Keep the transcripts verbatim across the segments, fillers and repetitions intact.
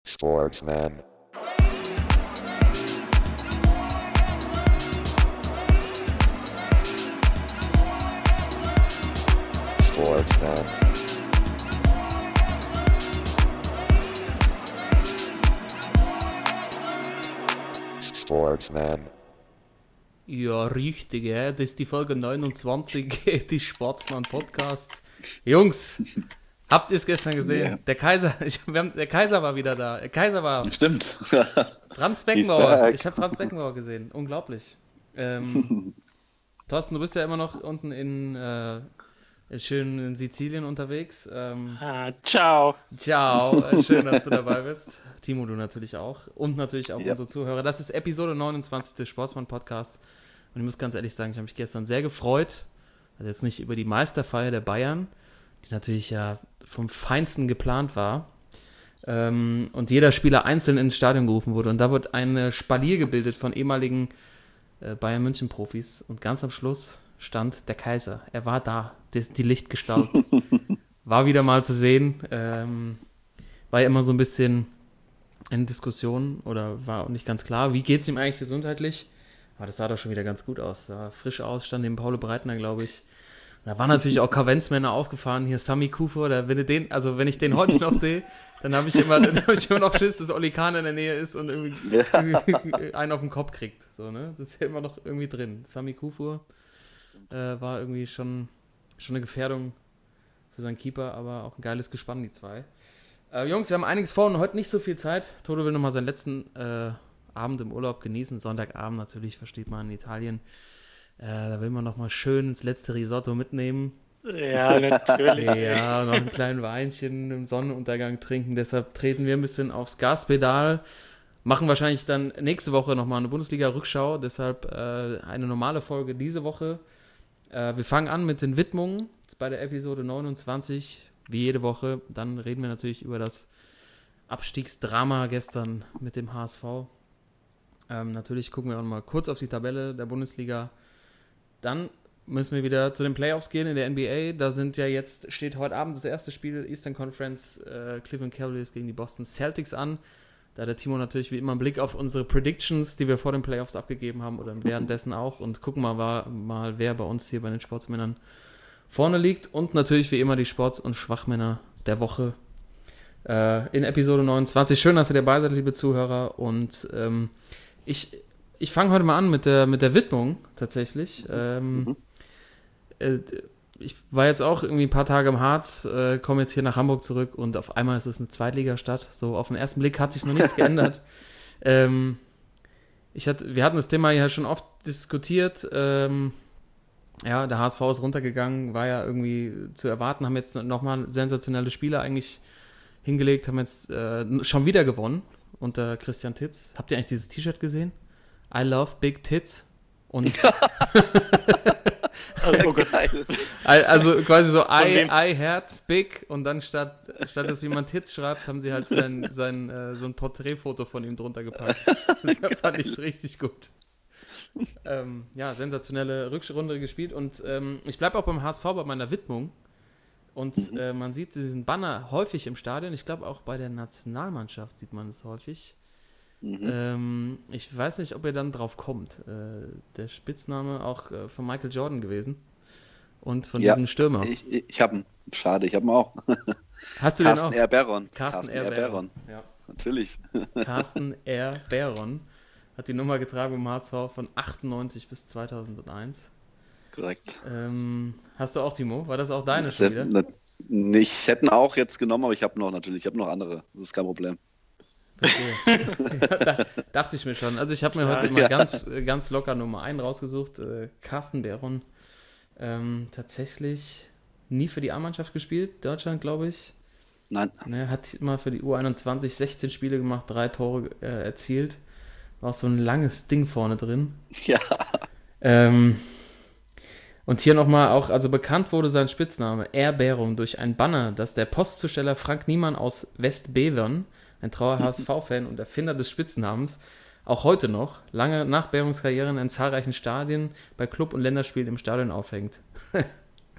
Sportsman. Sportsman. Sportsman. Ja, richtig, ja. Das ist die Folge neunundzwanzig des Sportsman Podcasts. Jungs, habt ihr es gestern gesehen? Yeah. Der Kaiser, ich, wir haben, der Kaiser war wieder da. Der Kaiser war. Stimmt. Franz Beckenbauer. Ich habe Franz Beckenbauer gesehen. Unglaublich. Ähm, Thorsten, du bist ja immer noch unten in äh, schön in Sizilien unterwegs. Ähm, ah, ciao. Ciao. Schön, dass du dabei bist. Timo, du natürlich auch. Und natürlich auch Ja. unsere Zuhörer. Das ist Episode neunundzwanzig des Sportsman Podcasts. Und ich muss ganz ehrlich sagen, ich habe mich gestern sehr gefreut. Also jetzt nicht über die Meisterfeier der Bayern, die natürlich ja vom Feinsten geplant war. Ähm, und jeder Spieler einzeln ins Stadion gerufen wurde. Und da wurde ein Spalier gebildet von ehemaligen äh, Bayern-München-Profis. Und ganz am Schluss stand der Kaiser. Er war da, die, die Lichtgestalt. War wieder mal zu sehen. Ähm, war ja immer so ein bisschen in Diskussion oder war nicht ganz klar, wie geht es ihm eigentlich gesundheitlich. Aber das sah doch schon wieder ganz gut aus. Sah frisch aus, stand neben Paulo Breitner, glaube ich. Da waren natürlich auch Kavenzmänner aufgefahren. Hier Sami Kufur, da, wenn, du den, also wenn ich den heute noch sehe, dann habe ich, immer, dann hab ich immer noch Schiss, dass Oli Kahn in der Nähe ist und irgendwie, Ja. irgendwie einen auf den Kopf kriegt. So, ne? Das ist ja immer noch irgendwie drin. Sami Kufur äh, war irgendwie schon, schon eine Gefährdung für seinen Keeper, aber auch ein geiles Gespann, die zwei. Äh, Jungs, wir haben einiges vor und heute nicht so viel Zeit. Toto will nochmal seinen letzten äh, Abend im Urlaub genießen. Sonntagabend natürlich, versteht man, in Italien. Äh, da will man nochmal schön ins letzte Risotto mitnehmen. Ja, natürlich. Ja, noch ein kleines Weinchen im Sonnenuntergang trinken. Deshalb treten wir ein bisschen aufs Gaspedal. Machen wahrscheinlich dann nächste Woche nochmal eine Bundesliga-Rückschau. Deshalb äh, eine normale Folge diese Woche. Äh, wir fangen an mit den Widmungen. Bei der Episode neunundzwanzig, wie jede Woche. Dann reden wir natürlich über das Abstiegsdrama gestern mit dem H S V. Ähm, natürlich gucken wir auch mal kurz auf die Tabelle der Bundesliga. Dann müssen wir wieder zu den Playoffs gehen in der N B A. Da sind ja jetzt, steht heute Abend das erste Spiel Eastern Conference äh, Cleveland Cavaliers gegen die Boston Celtics an. Da hat der Timo natürlich wie immer einen Blick auf unsere Predictions, die wir vor den Playoffs abgegeben haben oder währenddessen auch und gucken mal, war, mal wer bei uns hier bei den Sportsmännern vorne liegt und natürlich wie immer die Sports- und Schwachmänner der Woche äh, in Episode neunundzwanzig. Schön, dass ihr dabei seid, liebe Zuhörer, und ähm, ich, ich fange heute mal an mit der, mit der Widmung tatsächlich. Ähm, Mhm. äh, ich war jetzt auch irgendwie ein paar Tage im Harz, äh, komme jetzt hier nach Hamburg zurück und auf einmal ist es eine Zweitligastadt. So auf den ersten Blick hat sich noch nichts geändert. Ähm, ich hatte, wir hatten das Thema ja schon oft diskutiert. Ähm, ja, der H S V ist runtergegangen, war ja irgendwie zu erwarten, haben jetzt nochmal sensationelle Spiele eigentlich hingelegt, haben jetzt äh, schon wieder gewonnen unter Christian Titz. Habt ihr eigentlich dieses T-Shirt gesehen? I love big tits. Und Oh Gott. also quasi so I, wem? I Herz Big und dann statt, statt dass jemand Titz schreibt, haben sie halt sein, sein, äh, so ein Porträtfoto von ihm drunter gepackt. Das fand ich richtig gut. Ähm, ja, sensationelle Rückrunde gespielt und ähm, ich bleibe auch beim H S V bei meiner Widmung und Mhm. äh, man sieht diesen Banner häufig im Stadion. Ich glaube auch bei der Nationalmannschaft sieht man es häufig. Mhm. Ähm, ich weiß nicht, ob ihr dann drauf kommt. Äh, der Spitzname auch äh, von Michael Jordan gewesen und von Ja, diesem Stürmer. Ich, ich, ich habe ihn. Schade, ich habe ihn auch. Hast du den Carsten auch? R. Baron. Carsten R. Baron. Ja. Natürlich. Carsten R. Baron hat die Nummer getragen im H S V von achtundneunzig bis zweitausendeins. Korrekt. Ähm, hast du auch, Timo? War das auch deine Das schon hätten- wieder? na- Ich hätte ihn auch jetzt genommen, aber ich habe noch natürlich, ich habe noch andere. Das ist kein Problem. Verstehe. Ja, da, dachte ich mir schon. Also ich habe mir heute Ja. mal Ja. ganz, ganz locker Nummer einen rausgesucht. Äh, Carsten Baron. Ähm, tatsächlich nie für die A-Mannschaft gespielt, Deutschland, glaube ich. Nein. Ne, hat mal für die U einundzwanzig sechzehn Spiele gemacht, drei Tore äh, erzielt. War auch so ein langes Ding vorne drin. Ja. Ähm, und hier nochmal auch, also bekannt wurde sein Spitzname R. Baron durch ein Banner, das der Postzusteller Frank Niemann aus Westbevern, ein trauer H S V-Fan und Erfinder des Spitznamens, auch heute noch, lange nach Barons Karriere in zahlreichen Stadien bei Club- und Länderspielen im Stadion aufhängt.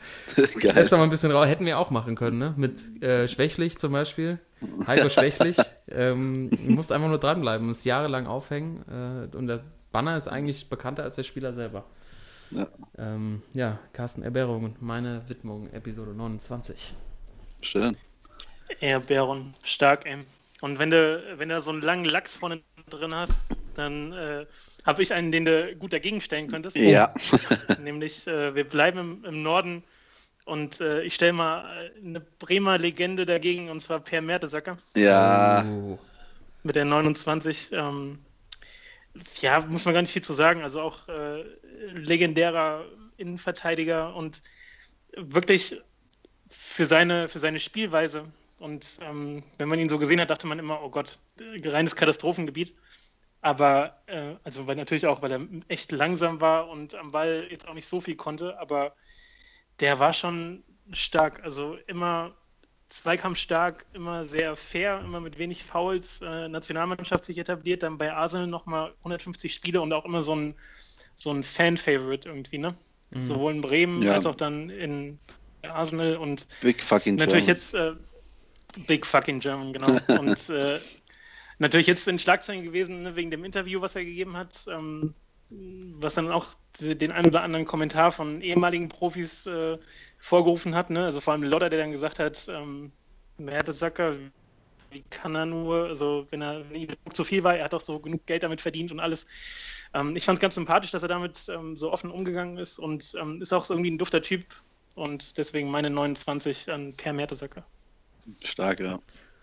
Geil. Lässt doch mal ein bisschen raus. Hätten wir auch machen können, ne? Mit äh, Schwächlich zum Beispiel. Heiko Schwächlich. ähm, du musst einfach nur dranbleiben und es jahrelang aufhängen. Äh, und der Banner ist eigentlich bekannter als der Spieler selber. Ja. Ähm, ja, Carsten Eberung, meine Widmung, Episode neunundzwanzig. Schön. Ja, Baron, stark, ey. Und wenn du, wenn du so einen langen Lachs vorne drin hast, dann äh, habe ich einen, den du gut dagegen stellen könntest. Ja. Nämlich, äh, wir bleiben im, im Norden und äh, ich stelle mal eine Bremer Legende dagegen, und zwar Per Mertesacker Ja. Oh. mit der neunundzwanzig. Ähm, ja, muss man gar nicht viel zu sagen. Also auch äh, legendärer Innenverteidiger und wirklich für seine, für seine Spielweise. Und ähm, wenn man ihn so gesehen hat, dachte man immer, oh Gott, reines Katastrophengebiet. Aber, äh, also weil natürlich auch, weil er echt langsam war und am Ball jetzt auch nicht so viel konnte, aber der war schon stark. Also immer zweikampfstark, immer sehr fair, immer mit wenig Fouls, äh, Nationalmannschaft sich etabliert, dann bei Arsenal nochmal hundertfünfzig Spiele und auch immer so ein, so ein Fan-Favorite irgendwie, ne? Mhm. Sowohl in Bremen Ja. als auch dann in Arsenal und Big fucking natürlich German. jetzt äh, Big fucking German, genau. Und äh, natürlich jetzt in Schlagzeilen gewesen, ne, wegen dem Interview, was er gegeben hat, ähm, was dann auch den ein oder anderen Kommentar von ehemaligen Profis äh, vorgerufen hat, ne? Also vor allem Lodder, der dann gesagt hat, ähm, Mertesacker, wie kann er nur, also wenn er wenn ihm zu viel war, er hat auch so genug Geld damit verdient und alles. Ähm, ich fand es ganz sympathisch, dass er damit ähm, so offen umgegangen ist und ähm, ist auch so irgendwie ein dufter Typ und deswegen meine neunundzwanzig an Per Mertesacker. Stark, ja.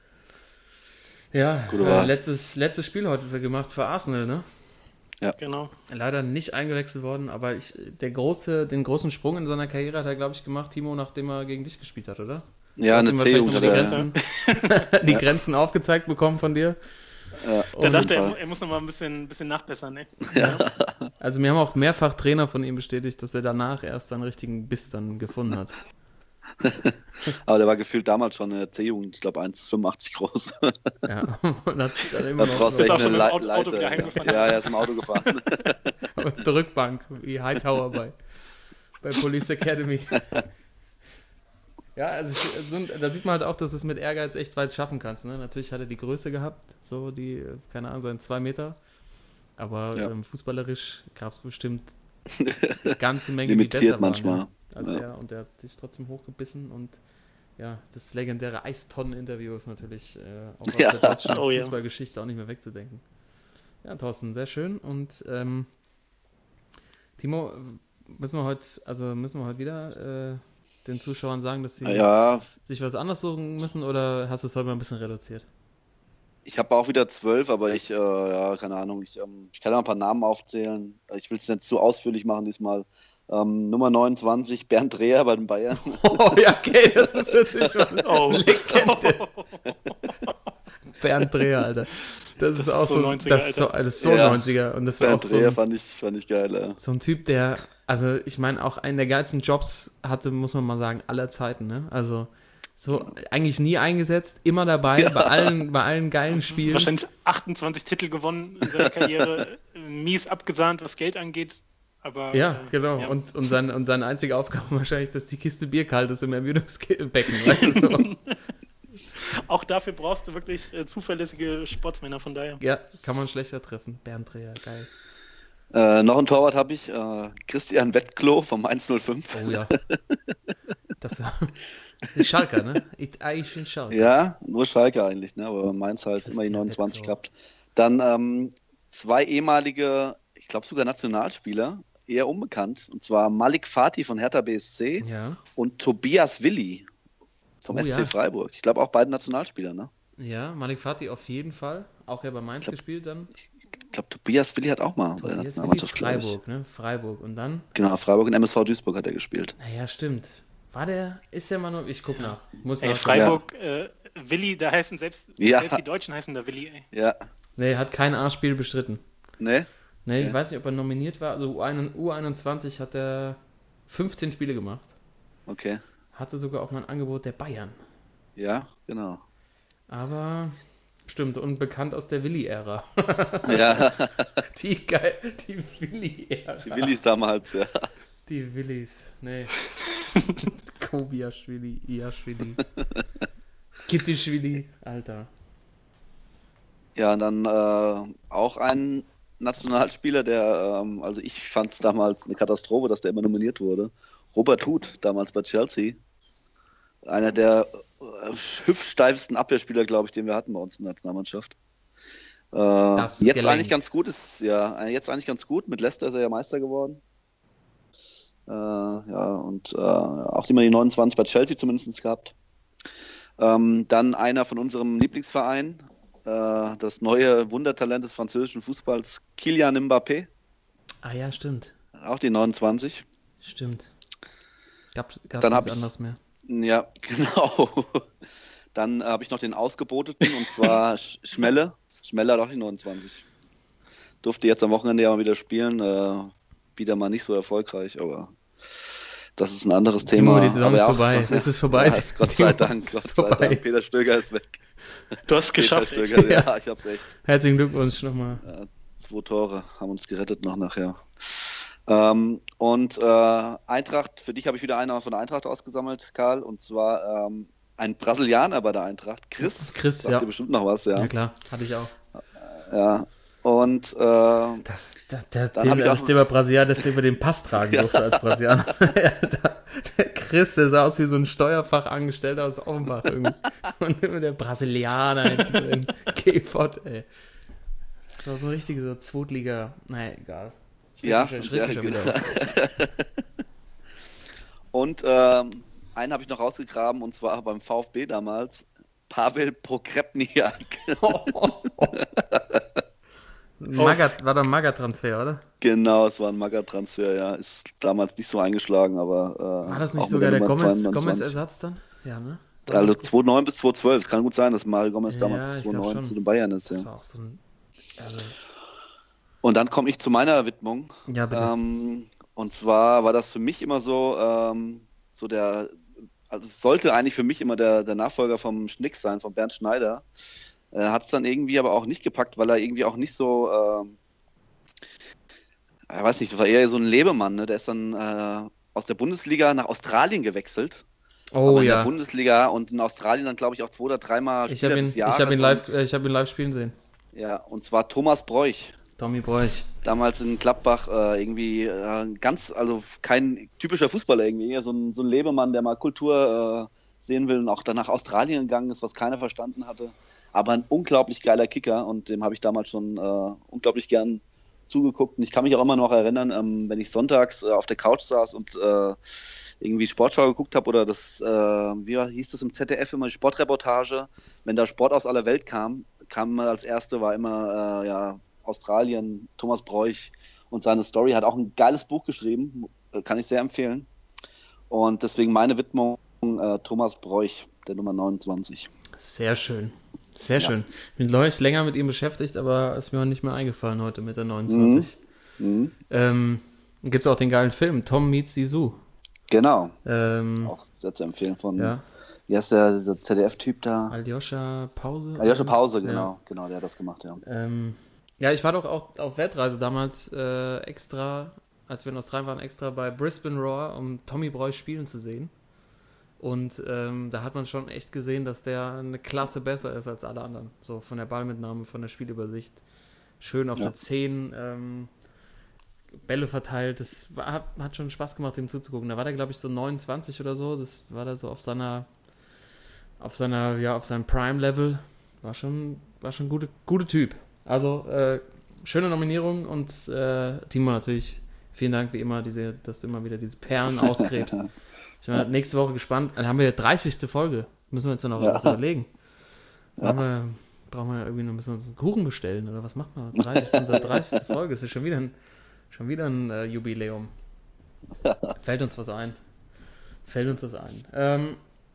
Ja, Gute äh, Wahl. letztes, letztes Spiel heute für- gemacht für Arsenal, ne? Genau. Leider nicht eingewechselt worden, aber ich, der große, den großen Sprung in seiner Karriere hat er, glaube ich, gemacht, Timo, nachdem er gegen dich gespielt hat, oder? Ja, Du hast eine ihm C-Jugend. wahrscheinlich hat noch er, die Grenzen, die Grenzen aufgezeigt bekommen von dir. Ja. Da Und- dachte Fall. er, er muss noch mal ein bisschen, bisschen nachbessern, ne? Also mir haben auch mehrfach Trainer von ihm bestätigt, dass er danach erst seinen richtigen Biss dann gefunden hat. Aber der war gefühlt damals schon eine C-Jugend, ich glaube eins Komma fünfundachtzig groß. Ja, und hat dann immer Da noch brauchst du Ist echt auch schon eine mit dem Le Auto- Auto wieder Leiter. heimgefahren. Ja, er ist im Auto gefahren. auf der Rückbank, wie Hightower bei, bei Police Academy. Ja, also ich, so, da sieht man halt auch, dass du es mit Ehrgeiz echt weit schaffen kannst. Ne? Natürlich hat er die Größe gehabt, so die, keine Ahnung, seinen zwei Meter. Aber Ja. ähm, fußballerisch gab es bestimmt eine ganze Menge, die Limitiert besser waren, manchmal. ja, als Ja. er. Und er hat sich trotzdem hochgebissen. Und ja, das legendäre Eistonnen-Interview ist natürlich äh, auch aus Ja. der deutschen Oh ja. Fußballgeschichte auch nicht mehr wegzudenken. Ja, Thorsten, sehr schön. Und ähm, Timo, müssen wir heute, also müssen wir heute wieder äh, den Zuschauern sagen, dass sie Ja, sich was anderes suchen müssen, oder hast du es heute mal ein bisschen reduziert? ich habe auch wieder zwölf, aber ich, äh, ja, keine Ahnung, ich, ähm, ich kann ja ein paar Namen aufzählen. Ich will es nicht zu ausführlich machen diesmal. Ähm, Nummer neunundzwanzig, Bernd Dreher bei den Bayern. Oh ja, okay, das ist natürlich schon Oh. eine Legende. Bernd Dreher, Alter. Das ist auch so so, neunziger, das ist so, Alter. das ist so Ja. neunziger. Und das ist Bernd auch so Dreher ein, fand ich, fand ich geil, ja. so ein Typ, der, also ich meine, auch einen der geilsten Jobs hatte, muss man mal sagen, aller Zeiten, ne? Also so eigentlich nie eingesetzt, immer dabei, bei allen, bei allen geilen Spielen. Wahrscheinlich achtundzwanzig Titel gewonnen in seiner Karriere, mies abgesahnt, was Geld angeht. Aber, Ja, äh, genau. ja. Und, und, sein, und seine einzige Aufgabe wahrscheinlich, dass die Kiste Bier kalt ist im Ermüdungsbecken, weißt du so? Auch dafür brauchst du wirklich äh, zuverlässige Sportsmänner, von daher. Ja, kann man schlechter treffen. Bernd Dreher, geil. Äh, noch ein Torwart habe ich, äh, Christian Wettklo vom eins null fünf. Oh ja. Das war ein Schalker, ne? Ich, eigentlich ein Schalker. Ja, nur Schalke eigentlich, ne? Aber Mainz halt immer die Christian neunundzwanzig Wettklo. gehabt. Dann ähm, zwei ehemalige, ich glaube sogar Nationalspieler, eher unbekannt, und zwar Malik Fatih von Hertha B S C Ja, und Tobias Willi vom Oh S C ja. Freiburg. Ich glaube auch beide Nationalspieler, ne? ja, Malik Fatih auf jeden Fall. Auch ja bei Mainz glaub- gespielt dann. Ich glaube, Tobias Willi hat auch mal bei der Jetzt Willi Nationalmannschaft, glaube ich. Freiburg, ne? Freiburg. Und dann, Genau, Freiburg und M S V Duisburg hat er gespielt. naja, stimmt. War der, ist der mal nur, ich guck nach. Muss Ey, nach. Freiburg, äh, Willi, da heißen selbst, Ja. selbst die Deutschen heißen da Willi, ey. Ja, Nee, hat kein A-Spiel bestritten. ne? Nee, ich Okay. weiß nicht, ob er nominiert war. Also U einundzwanzig hat er fünfzehn Spiele gemacht. Okay. Hatte sogar auch mal ein Angebot der Bayern. Ja, genau. Aber stimmt, und bekannt aus der Willi-Ära. Ja, Die geil, die Willi-Ära. die Willis damals, ja. Die Willis, nee. Kobiaschwili, Iaschwili. Skittischwili, Alter. Ja, und dann äh, auch ein Nationalspieler, der, ähm, also ich fand es damals eine Katastrophe, dass der immer nominiert wurde. Robert Huth, damals bei Chelsea. Einer der äh, hüftsteifsten Abwehrspieler, glaube ich, den wir hatten bei uns in der Nationalmannschaft. Äh, jetzt Gelenk. eigentlich ganz gut ist, ja, jetzt eigentlich ganz gut. Mit Leicester ist er ja Meister geworden. Äh, ja, und äh, auch immer die neunundzwanzig bei Chelsea zumindest gehabt. Ähm, dann einer von unserem Lieblingsverein, äh, das neue Wundertalent des französischen Fußballs, Kylian Mbappé. Ah ja, stimmt. Auch die neunundzwanzig. Stimmt. Gab es Dann hab nichts ich- anderes mehr. Ja, genau. Dann äh, habe ich noch den Ausgeboteten, und zwar Sch- Schmelle. Schmelle hat auch die neunundzwanzig. Durfte jetzt am Wochenende ja mal wieder spielen. Äh, wieder mal nicht so erfolgreich, aber das ist ein anderes Timo, Thema. die Saison aber ist ja, auch- vorbei. Es ist vorbei. Ja, ist Gott sei Timo, Dank. es Gott ist sei vorbei. Dank. Peter Stöger ist weg. Du hast es geschafft. Peter ey. Stöger, ja, ich hab's echt. Herzlichen Glückwunsch nochmal. Ja, zwei Tore haben uns gerettet noch nachher. Ähm, und äh, Eintracht, für dich habe ich wieder einen von der Eintracht ausgesammelt, Karl, und zwar ähm, ein Brasilianer bei der Eintracht, Chris. Chris, Sagt ja. dir bestimmt noch was, ja. Ja klar, hatte ich auch. Ja. Und äh, Das, das, der, Dann den, hab ich das auch- Thema Brasilianer, das Thema den Pass tragen Ja. durfte als Brasilianer. der, der Chris, der sah aus wie so ein Steuerfachangestellter aus Offenbach irgendwie. Und immer der Brasilianer hinten drin. Geh fort, ey. Das war so ein richtiger so Zweitliga. Naja, egal. Ich Ja, schritt mich- schritt mich ja, schon wieder genau. aus. Und ähm, einen habe ich noch rausgegraben, und zwar beim VfB damals, Pavel Pogrebniak. Magat, war doch ein Magat-Transfer, oder? Genau, es war ein Mager-Transfer, ja. Ist damals nicht so eingeschlagen, aber. Äh, War das nicht auch mit sogar der Nummer Gomez, zweiundzwanzig. Gomez-Ersatz dann? Ja, ne? Also zweitausendneun bis zweitausendzwölf. Es kann gut sein, dass Mario Gomez Ja, damals ich glaub zweitausendneun schon. zu den Bayern ist. Das Ja. war auch so ein. Also, Und dann komme ich zu meiner Widmung. ja, bitte. Ähm, und zwar war das für mich immer so, ähm, so der, also es sollte eigentlich für mich immer der, der Nachfolger vom Schnick sein, von Bernd Schneider. Äh, hat es dann irgendwie aber auch nicht gepackt, weil er irgendwie auch nicht so, ähm, ich weiß nicht, das war eher so ein Lebemann, ne? Der ist dann äh, aus der Bundesliga nach Australien gewechselt. Oh aber in der ja. Bundesliga und in Australien dann, glaube ich, auch zwei oder dreimal Ich Spieler habe ihn, des ich Jahres. hab ihn, live, und, äh, ich hab ihn live spielen sehen. ja, und zwar Thomas Bräuch. Tommy Bräuch. Damals in Gladbach äh, irgendwie äh, ganz, also kein typischer Fußballer irgendwie, eher so ein, so ein Lebemann, der mal Kultur äh, sehen will und auch dann nach Australien gegangen ist, was keiner verstanden hatte. Aber ein unglaublich geiler Kicker, und dem habe ich damals schon äh, unglaublich gern zugeguckt. Und ich kann mich auch immer noch erinnern, ähm, wenn ich sonntags äh, auf der Couch saß und äh, irgendwie Sportschau geguckt habe oder das, äh, wie war- hieß das im Z D F immer, die Sportreportage, wenn da Sport aus aller Welt kam, kam immer als erste, war immer äh, ja, Australien, Thomas Bräuch, und seine Story, hat auch ein geiles Buch geschrieben, äh, kann ich sehr empfehlen. Und deswegen meine Widmung, äh, Thomas Bräuch, der Nummer neunundzwanzig. Sehr schön. Sehr schön. Ich bin neulich länger mit ihm beschäftigt, aber ist mir auch nicht mehr eingefallen heute mit der neunundzwanzig. Mhm. Ähm, gibt es auch den geilen Film, Tom Meets the Zoo. Genau, Ähm, auch sehr zu empfehlen von, ja, wie heißt der, dieser Z D F-Typ da? Aljoscha Pause. Aljoscha Pause, Ja. genau, genau, der hat das gemacht, ja. Ähm, ja, ich war doch auch auf Weltreise damals äh, extra, als wir in Australien waren, extra bei Brisbane Roar, um Tommy Bräuch spielen zu sehen. Und ähm, da hat man schon echt gesehen, dass der eine Klasse besser ist als alle anderen. So von der Ballmitnahme, von der Spielübersicht. Schön auf Ja. der zehn, ähm, Bälle verteilt. Das war, hat, hat schon Spaß gemacht, dem zuzugucken. Da war der, glaube ich, so neunundzwanzig oder so. Das war da so auf seiner, auf seiner, ja, auf seinem Prime-Level. War schon, war schon ein gute, gute Typ. Also, äh, schöne Nominierung, und äh, Timo natürlich, vielen Dank wie immer, diese, dass du immer wieder diese Perlen ausgräbst. Ich bin halt nächste Woche gespannt. Dann haben wir ja dreißigste Folge. Müssen wir uns dann noch Ja. was überlegen. Ja. Brauchen wir, brauchen wir irgendwie noch, müssen wir uns einen Kuchen bestellen oder was macht man? dreißigste Unsere dreißigste Folge. Das ist schon wieder ein, schon wieder ein äh, Jubiläum. Fällt uns was ein. Fällt uns was ein. Ähm,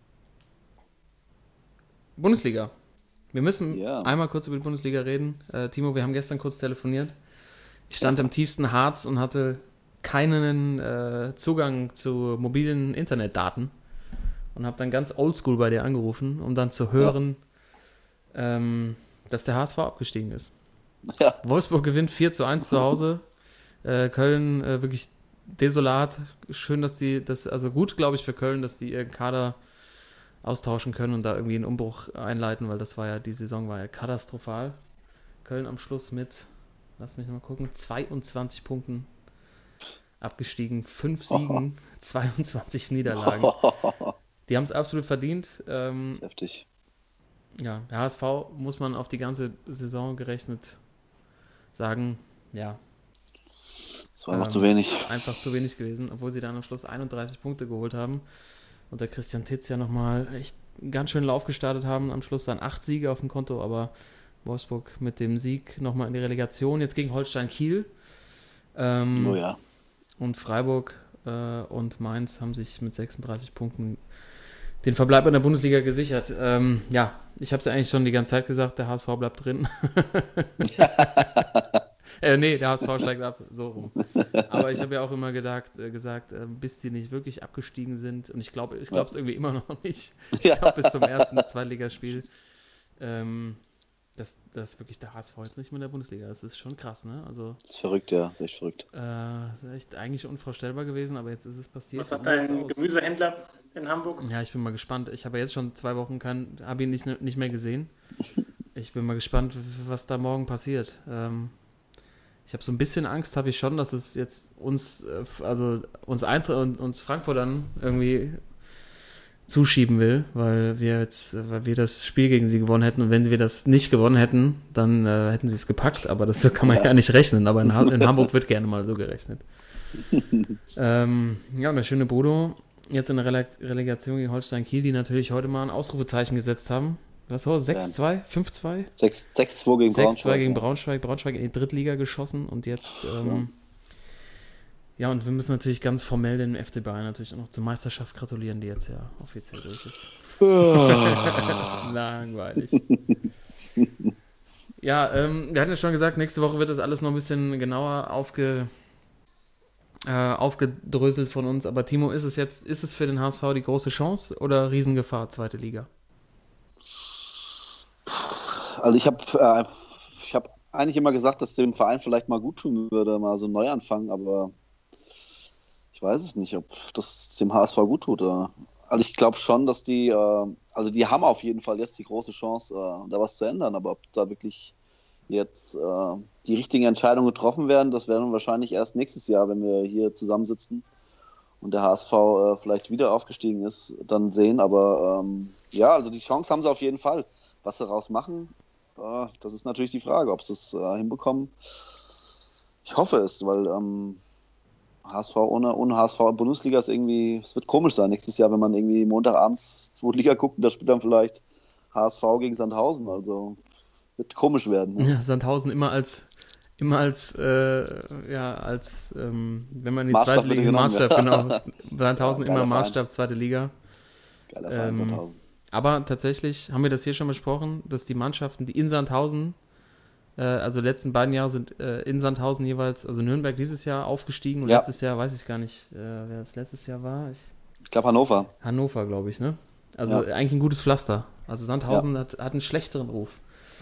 Bundesliga. Wir müssen Ja. einmal kurz über die Bundesliga reden. Äh, Timo, wir haben gestern kurz telefoniert. Ich stand im tiefsten Harz und hatte keinen äh, Zugang zu mobilen Internetdaten und habe dann ganz oldschool bei dir angerufen, um dann zu hören, ähm, dass der H S V abgestiegen ist. Ja. Wolfsburg gewinnt vier zu eins zu Hause. Äh, Köln äh, wirklich desolat. Schön, dass die, das, also gut, glaube ich, für Köln, dass die ihren Kader austauschen können und da irgendwie einen Umbruch einleiten, weil das war ja, die Saison war ja katastrophal. Köln am Schluss mit, lass mich mal gucken, zweiundzwanzig Punkten abgestiegen, fünf Siegen, zweiundzwanzig Niederlagen. Die haben es absolut verdient. Ähm, Das ist heftig. ja, der H S V muss man auf die ganze Saison gerechnet sagen, ja, Das war noch Ähm, zu wenig. einfach zu wenig gewesen, obwohl sie dann am Schluss einunddreißig Punkte geholt haben und der Christian Titz ja nochmal echt einen ganz schönen Lauf gestartet haben. Am Schluss dann acht Siege auf dem Konto, aber Wolfsburg mit dem Sieg nochmal in die Relegation, jetzt gegen Holstein Kiel. Ähm, Oh ja. Und Freiburg äh, und Mainz haben sich mit sechsunddreißig Punkten den Verbleib in der Bundesliga gesichert. Ähm, ja, ich habe es ja eigentlich schon die ganze Zeit gesagt, der H S V bleibt drin. äh, nee, der H S V steigt ab, so rum. Aber ich habe ja auch immer gedacht, äh, gesagt, äh, bis die nicht wirklich abgestiegen sind, und ich glaube ich glaube es irgendwie immer noch nicht, ich Ja. glaube bis zum ersten Zweitligaspiel, ähm, dass, dass wirklich der H S V jetzt nicht mehr in der Bundesliga ist. Das ist schon krass, ne? Also Das ist verrückt, ja. Das ist echt verrückt. äh, das ist echt eigentlich unvorstellbar gewesen, aber jetzt ist es passiert. Was hat Wie sieht's dein aus? Gemüsehändler in Hamburg? Ja, ich bin mal gespannt. Ich habe ja jetzt schon zwei Wochen kein, habe ihn nicht, nicht mehr gesehen. Ich bin mal gespannt, was da morgen passiert. Ähm, ich habe so ein bisschen Angst, habe ich schon, dass es jetzt uns, äh, also uns Eintracht und uns Frankfurt dann irgendwie zuschieben will, weil wir jetzt, weil wir das Spiel gegen sie gewonnen hätten, und wenn wir das nicht gewonnen hätten, dann äh, hätten sie es gepackt, aber das so kann man ja, ja nicht rechnen, aber in, ha- in Hamburg wird gerne mal so gerechnet. ähm, ja, und der schöne Bodo jetzt in der Rele- Relegation gegen Holstein Kiel, die natürlich heute mal ein Ausrufezeichen gesetzt haben. Was war sechs zwei, fünf zwei? sechs zwei gegen sechs zwei Braunschweig. gegen ja. Braunschweig, Braunschweig in die Drittliga geschossen und jetzt, ähm, ja, und wir müssen natürlich ganz formell den F C Bayern natürlich auch noch zur Meisterschaft gratulieren, die jetzt ja offiziell durch ist. Langweilig. Ja, ähm, wir hatten ja schon gesagt, nächste Woche wird das alles noch ein bisschen genauer aufge, äh, aufgedröselt von uns, aber Timo, ist es jetzt, ist es für den H S V die große Chance oder Riesengefahr, zweite Liga? Also ich habe äh, ich hab eigentlich immer gesagt, dass dem Verein vielleicht mal gut tun würde, mal so neu anfangen, aber ich weiß es nicht, ob das dem H S V gut tut. Oder? Also ich glaube schon, dass die, äh, also die haben auf jeden Fall jetzt die große Chance, äh, da was zu ändern, aber ob da wirklich jetzt äh, die richtigen Entscheidungen getroffen werden, das werden wir wahrscheinlich erst nächstes Jahr, wenn wir hier zusammensitzen und der H S V äh, vielleicht wieder aufgestiegen ist, dann sehen. Aber ähm, ja, also die Chance haben sie auf jeden Fall. Was sie daraus machen, äh, das ist natürlich die Frage, ob sie es äh, hinbekommen. Ich hoffe es, weil ähm, H S V ohne, ohne H S V Bundesliga ist irgendwie, es wird komisch sein nächstes Jahr, wenn man irgendwie Montagabends zweite Liga guckt und da spielt dann vielleicht H S V gegen Sandhausen. Also wird komisch werden. Ne? Ja, Sandhausen immer als immer als äh, ja als ähm, wenn man die Maßstab zweite wird Liga genommen, Maßstab, ja. genau, Sandhausen Ja, immer geiler Maßstab zweite Liga. Geiler Verein, Ähm, Sandhausen. Aber tatsächlich haben wir das hier schon besprochen, dass die Mannschaften, die in Sandhausen, äh, also die letzten beiden Jahre sind äh, in Sandhausen jeweils, also Nürnberg dieses Jahr aufgestiegen und Ja. letztes Jahr weiß ich gar nicht, äh, wer das letztes Jahr war. Ich, Ich glaube Hannover. Hannover, glaube ich, ne? Also Ja. eigentlich ein gutes Pflaster. Also Sandhausen hat, hat einen schlechteren Ruf.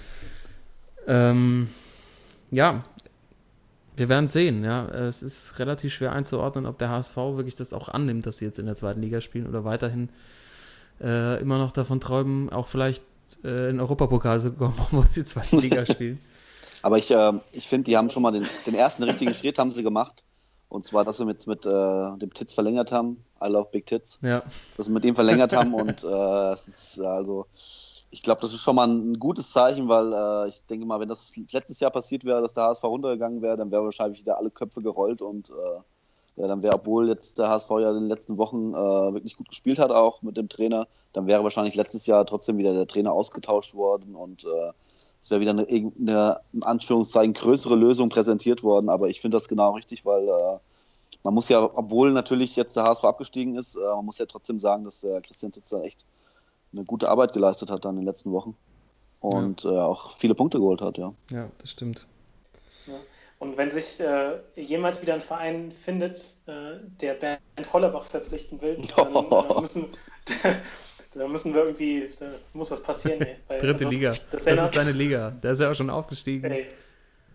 Ähm, ja, wir werden es sehen, ja. Es ist relativ schwer einzuordnen, ob der H S V wirklich das auch annimmt, dass sie jetzt in der zweiten Liga spielen oder weiterhin äh, immer noch davon träumen, auch vielleicht äh, in den Europapokal zu kommen, wo sie zweite Liga spielen. Aber ich, äh, ich finde, die haben schon mal den, den ersten richtigen Schritt haben sie gemacht. Und zwar, dass sie mit, mit äh, dem Titz verlängert haben. I love Big Tits. Ja, Dass sie mit ihm verlängert haben. Und äh, es ist also, ich glaube, das ist schon mal ein gutes Zeichen, weil äh, ich denke mal, wenn das letztes Jahr passiert wäre, dass der H S V runtergegangen wäre, dann wäre wahrscheinlich wieder alle Köpfe gerollt. Und äh, ja, dann wäre, obwohl jetzt der H S V ja in den letzten Wochen äh, wirklich gut gespielt hat, auch mit dem Trainer, dann wäre wahrscheinlich letztes Jahr trotzdem wieder der Trainer ausgetauscht worden und äh, es wäre wieder eine, eine, in Anführungszeichen, größere Lösung präsentiert worden. Aber ich finde das genau richtig, weil äh, man muss ja, obwohl natürlich jetzt der H S V abgestiegen ist, äh, man muss ja trotzdem sagen, dass der Christian Titzer echt eine gute Arbeit geleistet hat dann in den letzten Wochen und ja. äh, auch viele Punkte geholt hat, ja. ja, das stimmt. Ja. Und wenn sich äh, jemals wieder ein Verein findet, äh, der Bernd Hollerbach verpflichten will, dann äh, müssen, da müssen wir irgendwie, da muss was passieren. Ey, weil, Dritte also, Liga, das, das ist seine Liga. Der ist ja auch schon aufgestiegen. Ey,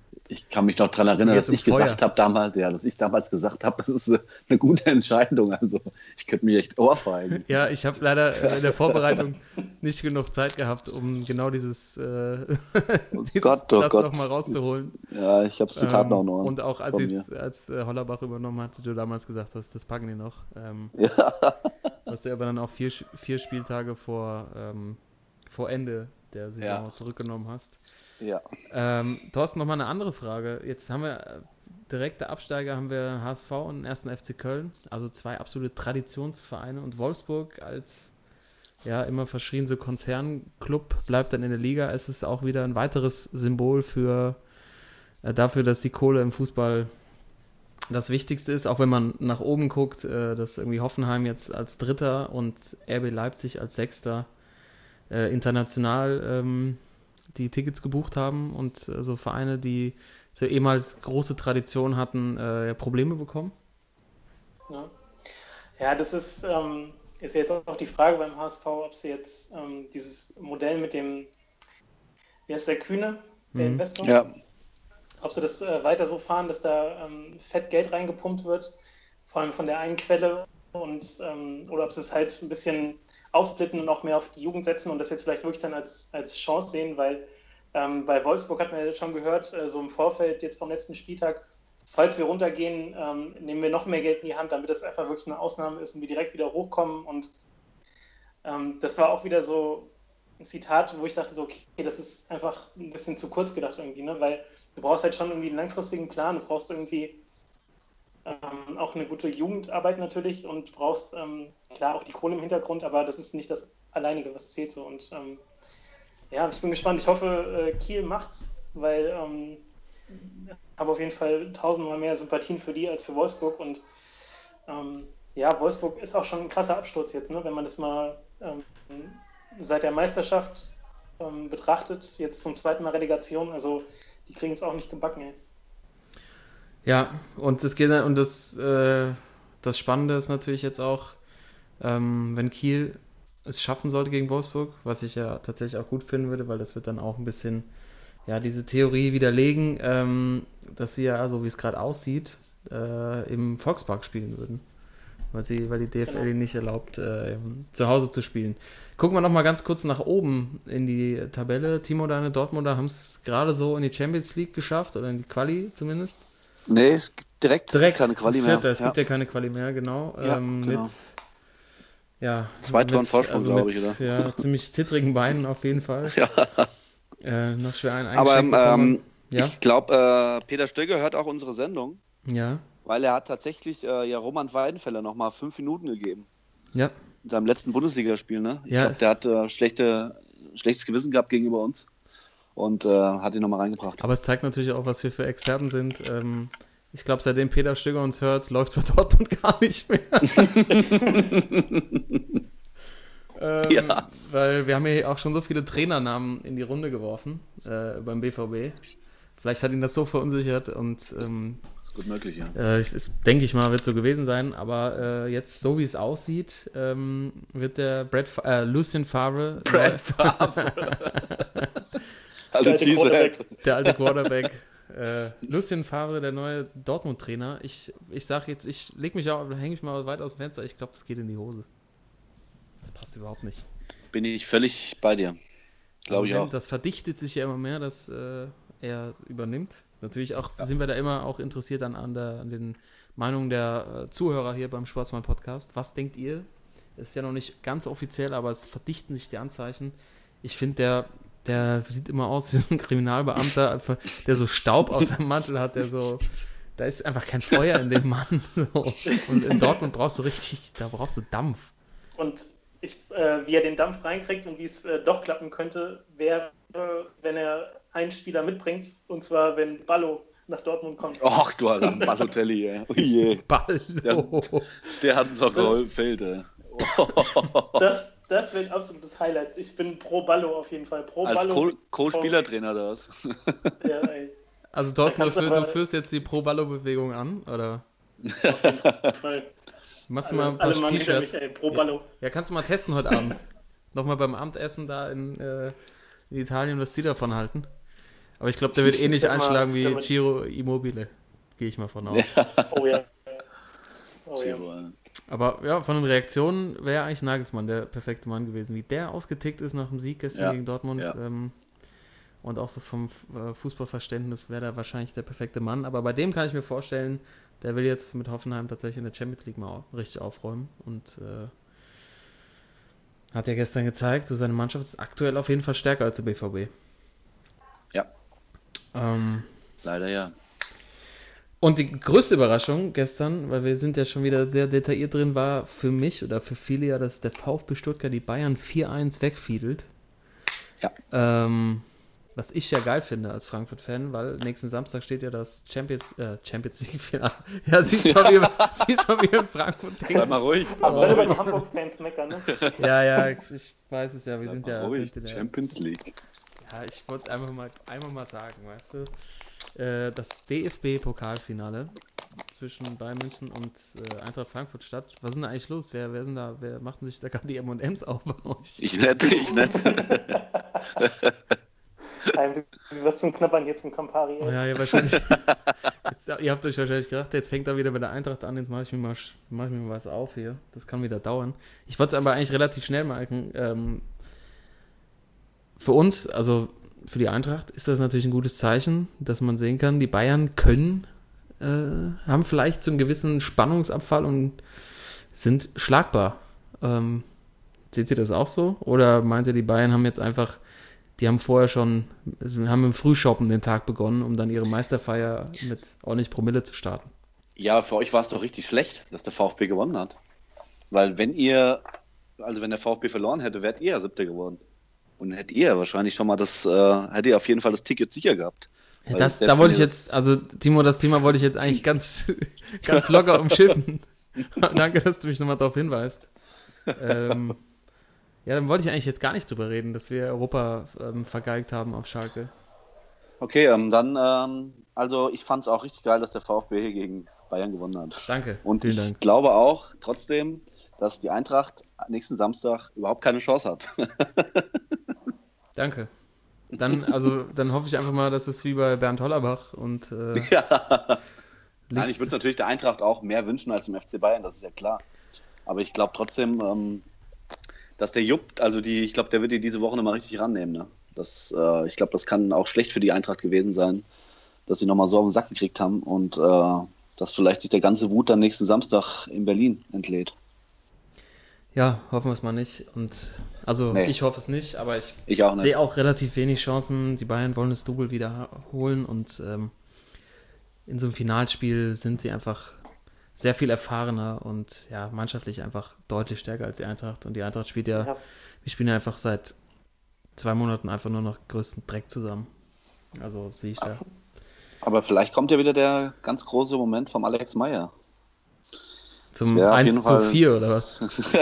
Ich kann mich noch daran erinnern, dass ich gesagt habe damals, ja, dass ich damals gesagt habe, das ist eine gute Entscheidung. Also ich könnte mich echt ohrfeigen. Ja, ich habe leider in der Vorbereitung nicht genug Zeit gehabt, um genau dieses, äh, oh dieses Gott, oh das Gott. nochmal rauszuholen. Ja, ich habe das Zitat ähm, noch noch. Und auch als, als äh, Hollerbach übernommen hatte, du damals gesagt hast, das packen die noch. Ähm, ja. Was du aber dann auch vier, vier Spieltage vor, ähm, vor Ende der Saison Ja. zurückgenommen hast. Ja. Ähm, Thorsten, nochmal eine andere Frage. Jetzt haben wir äh, direkte Absteiger, haben wir H S V und den ersten F C Köln, also zwei absolute Traditionsvereine, und Wolfsburg als ja immer verschrien so Konzernclub bleibt dann in der Liga. Es ist auch wieder ein weiteres Symbol für äh, dafür, dass die Kohle im Fußball das Wichtigste ist, auch wenn man nach oben guckt, äh, dass irgendwie Hoffenheim jetzt als Dritter und R B Leipzig als Sechster äh, international ähm, die Tickets gebucht haben und äh, so Vereine, die so ehemals große Tradition hatten, äh, Probleme bekommen? Ja, ja das ist, ähm, ist jetzt auch die Frage beim H S V, ob sie jetzt ähm, dieses Modell mit dem, wie heißt der, Kühne, der Mhm. Investor, Ja. ob sie das äh, weiter so fahren, dass da ähm, fett Geld reingepumpt wird, vor allem von der einen Quelle, und ähm, oder ob sie es halt ein bisschen aufsplitten und auch mehr auf die Jugend setzen und das jetzt vielleicht wirklich dann als, als Chance sehen, weil ähm, bei Wolfsburg hat man ja schon gehört, äh, so im Vorfeld jetzt vom letzten Spieltag, falls wir runtergehen, ähm, nehmen wir noch mehr Geld in die Hand, damit das einfach wirklich eine Ausnahme ist und wir direkt wieder hochkommen, und ähm, das war auch wieder so ein Zitat, wo ich dachte so, okay, das ist einfach ein bisschen zu kurz gedacht irgendwie, ne? Weil du brauchst halt schon irgendwie einen langfristigen Plan, du brauchst irgendwie ähm, auch eine gute Jugendarbeit natürlich und brauchst ähm, klar auch die Kohle im Hintergrund, aber das ist nicht das Alleinige, was zählt so. Und ähm, ja, ich bin gespannt. Ich hoffe, äh, Kiel macht's, weil ähm, ich habe auf jeden Fall tausendmal mehr Sympathien für die als für Wolfsburg, und ähm, ja, Wolfsburg ist auch schon ein krasser Absturz jetzt, ne? Wenn man das mal ähm, seit der Meisterschaft ähm, betrachtet, jetzt zum zweiten Mal Relegation, also die kriegen es auch nicht gebacken, ey. Ja, und es geht und das, äh, das Spannende ist natürlich jetzt auch, ähm, wenn Kiel es schaffen sollte gegen Wolfsburg, was ich ja tatsächlich auch gut finden würde, weil das wird dann auch ein bisschen ja diese Theorie widerlegen, ähm, dass sie ja, so wie es gerade aussieht, äh, im Volkspark spielen würden, weil sie, weil die D F L ihnen nicht erlaubt, äh, zu Hause zu spielen. Gucken wir noch mal ganz kurz nach oben in die Tabelle. Timo, deine Dortmunder haben es gerade so in die Champions League geschafft, oder in die Quali zumindest. Nee, direkt, Direkt keine Quali mehr. Vierter. Es ja. gibt ja keine Quali mehr, genau. Ja, ähm, genau. Mit ja, Zwei Toren mit, Vorsprung, also glaube mit, ich, oder? Ja, ziemlich zittrigen Beinen auf jeden Fall. Ja. Äh, noch schwer einen Aber ähm, bekommen. Ja, ich glaube, äh, Peter Stöger hört auch unsere Sendung, ja, weil er hat tatsächlich äh, ja Roman Weidenfeller noch mal fünf Minuten gegeben. ja. In seinem letzten Bundesligaspiel, ne? Ich Ja. glaube, der hat äh, schlechte, schlechtes Gewissen gehabt gegenüber uns und äh, hat ihn nochmal reingebracht. Aber es zeigt natürlich auch, was wir für Experten sind. Ähm, ich glaube, seitdem Peter Stöger uns hört, läuft es bei Dortmund gar nicht mehr. ähm, Ja. Weil wir haben ja auch schon so viele Trainernamen in die Runde geworfen äh, beim B V B. Vielleicht hat ihn das so verunsichert und ähm, Das ist gut möglich, ja. äh, ich, ich, denke ich mal, wird so gewesen sein. Aber äh, jetzt, so wie es aussieht, ähm, wird der Brad, äh, Lucien Favre, Brad Favre. Also Der alte Cheesehead. der alte Quarterback, äh, Lucien Favre, der neue Dortmund-Trainer. Ich, ich sage jetzt, ich lege mich auch, hänge ich mal weit aus dem Fenster. Ich glaube, das geht in die Hose. Das passt überhaupt nicht. Bin ich völlig bei dir. Glaube Also ich wenn, auch. Das verdichtet sich ja immer mehr, dass äh, er übernimmt. Natürlich auch sind wir da immer auch interessiert an, an, der, an den Meinungen der äh, Zuhörer hier beim Schwarzmann-Podcast. Was denkt ihr? Ist ja noch nicht ganz offiziell, aber es verdichten sich die Anzeichen. Ich finde, der, der sieht immer aus wie so ein Kriminalbeamter, einfach, der so Staub auf seinem Mantel hat, der so, da ist einfach kein Feuer in dem Mann. So. Und in Dortmund brauchst du richtig, da brauchst du Dampf. Und ich, äh, wie er den Dampf reinkriegt und wie es äh, doch klappen könnte, wäre, wenn er einen Spieler mitbringt, und zwar, wenn Ballo nach Dortmund kommt. Och, du Alter, Balotelli, ey. Oh je. Ballo. Der, der hat uns auch geholfen, ey. Oh. Das, das wird ein absolutes Highlight. Ich bin pro Ballo auf jeden Fall. Pro Als Ballo. Co- Co-Spielertrainer das. Ja, ey. Also Thorsten, du, Da kannst du führ, du aber- führst jetzt die Pro-Ballo-Bewegung an, oder? Voll. Machst du mal Alle, ein paar alle Mann hinter mich, T-Shirts? ey. Pro Ballo. Ja, kannst du mal testen heute Abend. Nochmal beim Abendessen da in, äh, in Italien, was die davon halten. Aber ich glaube, der wird eh nicht Stell mal- einschlagen stell wie mal- Ciro Immobile. Gehe ich mal von aus. Oh ja. Oh, ja. Zero, äh, Aber ja, von den Reaktionen wäre eigentlich Nagelsmann der perfekte Mann gewesen. Wie der ausgetickt ist nach dem Sieg gestern Ja, gegen Dortmund. ja. Ähm, und auch so vom äh, Fußballverständnis wäre er wahrscheinlich der perfekte Mann. Aber bei dem kann ich mir vorstellen, der will jetzt mit Hoffenheim tatsächlich in der Champions League mal au- richtig aufräumen. Und äh, hat ja gestern gezeigt, so seine Mannschaft ist aktuell auf jeden Fall stärker als der B V B. Ja, Ähm, leider ja. Und die größte Überraschung gestern, weil wir sind ja schon wieder sehr detailliert drin, war für mich oder für viele ja, dass der VfB Stuttgart die Bayern vier eins wegfiedelt. Ja. Ähm, was ich ja geil finde als Frankfurt-Fan, weil nächsten Samstag steht ja das Champions, äh, Champions League-Finale. Ja, siehst du mal, wie, siehst mal, wie in Frankfurt Bleib mal ruhig. Aber wenn über die Hamburg-Fans meckern, ne? Ja, ja, ich, ich weiß es ja, wir Bleib sind mal ja... ruhig. Sind in der, Champions League. ja, ich wollte es einfach mal, einmal mal sagen, weißt du. Äh, das D F B-Pokalfinale zwischen Bayern München und äh, Eintracht Frankfurt statt. Was ist denn da eigentlich los? Wer, wer sind da, wer macht denn sich da gerade die M und M's auf bei euch? Ich nett, ich nett. Ähm, Was zum Knabbern hier zum Campari. Oh, ey. ja, ja, wahrscheinlich. Jetzt, ihr habt euch wahrscheinlich gedacht, jetzt fängt er wieder mit der Eintracht an, jetzt mache ich, mir mal, mach ich mir mal was auf hier. Das kann wieder dauern. Ich wollte es aber eigentlich relativ schnell merken. Ähm, für uns, also für die Eintracht, ist das natürlich ein gutes Zeichen, dass man sehen kann, die Bayern können, äh, haben vielleicht so einen gewissen Spannungsabfall und sind schlagbar. Ähm, seht ihr das auch so? Oder meint ihr, die Bayern haben jetzt einfach, die haben vorher schon, haben im Frühshoppen den Tag begonnen, um dann ihre Meisterfeier mit ordentlich Promille zu starten? Ja, für euch war es doch richtig schlecht, dass der VfB gewonnen hat. Weil wenn ihr, also wenn der VfB verloren hätte, wärt ihr ja Siebter geworden. Und hättet ihr wahrscheinlich schon mal das, äh, hättet ihr auf jeden Fall das Ticket sicher gehabt. Ja, Weil das, der da wollte ich Spiel jetzt, also Timo, das Thema wollte ich jetzt eigentlich ganz, ganz locker umschiffen. Danke, dass du mich nochmal darauf hinweist. Ähm, ja, dann wollte ich eigentlich jetzt gar nicht drüber reden, dass wir Europa ähm, vergeigt haben auf Schalke. Okay, ähm, dann, ähm, also ich fand es auch richtig geil, dass der VfB hier gegen Bayern gewonnen hat. Danke, Und vielen ich Dank. glaube auch trotzdem, dass die Eintracht nächsten Samstag überhaupt keine Chance hat. Danke. Dann, also, dann hoffe ich einfach mal, dass es wie bei Bernd Hollerbach und äh, ja. Nein, liegst- ich würde es natürlich der Eintracht auch mehr wünschen als dem F C Bayern, das ist ja klar. Aber ich glaube trotzdem, ähm, dass der Jupp, also die, ich glaube, der wird die diese Woche nochmal richtig rannehmen. Ne? Das, äh, ich glaube, das kann auch schlecht für die Eintracht gewesen sein, dass sie nochmal so auf den Sack gekriegt haben und äh, dass vielleicht sich der ganze Wut dann nächsten Samstag in Berlin entlädt. ja, hoffen wir es mal nicht. Und also Nee. ich hoffe es nicht, aber ich Ich auch nicht. sehe auch relativ wenig Chancen. Die Bayern wollen das Double wieder holen und ähm, in so einem Finalspiel sind sie einfach sehr viel erfahrener und ja, mannschaftlich einfach deutlich stärker als die Eintracht. Und die Eintracht spielt ja, Ja. wir spielen ja einfach seit zwei Monaten einfach nur noch größten Dreck zusammen. Also sehe ich da. Aber vielleicht kommt ja wieder der ganz große Moment vom Alex Meyer. Zum wär auf eins jeden zu Fall- vier oder was?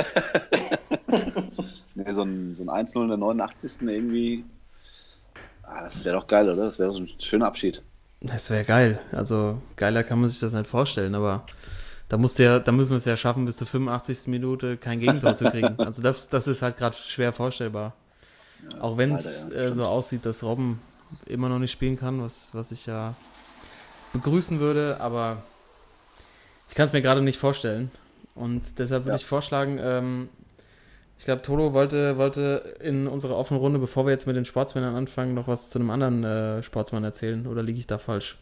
Nee, so ein, so ein eins null in der neunundachtzigsten irgendwie. Ah, das wäre doch geil, oder? Das wäre so ein schöner Abschied. Das wäre geil. Also geiler kann man sich das nicht vorstellen, aber da, musst du ja, da müssen wir es ja schaffen, bis zur fünfundachtzigsten Minute kein Gegentor zu kriegen. Also das, das ist halt gerade schwer vorstellbar. Auch wenn es leider, ja, äh, so stimmt. aussieht, dass Robben immer noch nicht spielen kann, was, was ich ja begrüßen würde, aber ich kann es mir gerade nicht vorstellen. Und deshalb würde Ja. ich vorschlagen, ähm, ich glaube, Tolo wollte, wollte in unserer offenen Runde, bevor wir jetzt mit den Sportsmännern anfangen, noch was zu einem anderen äh, Sportsmann erzählen. Oder liege ich da falsch?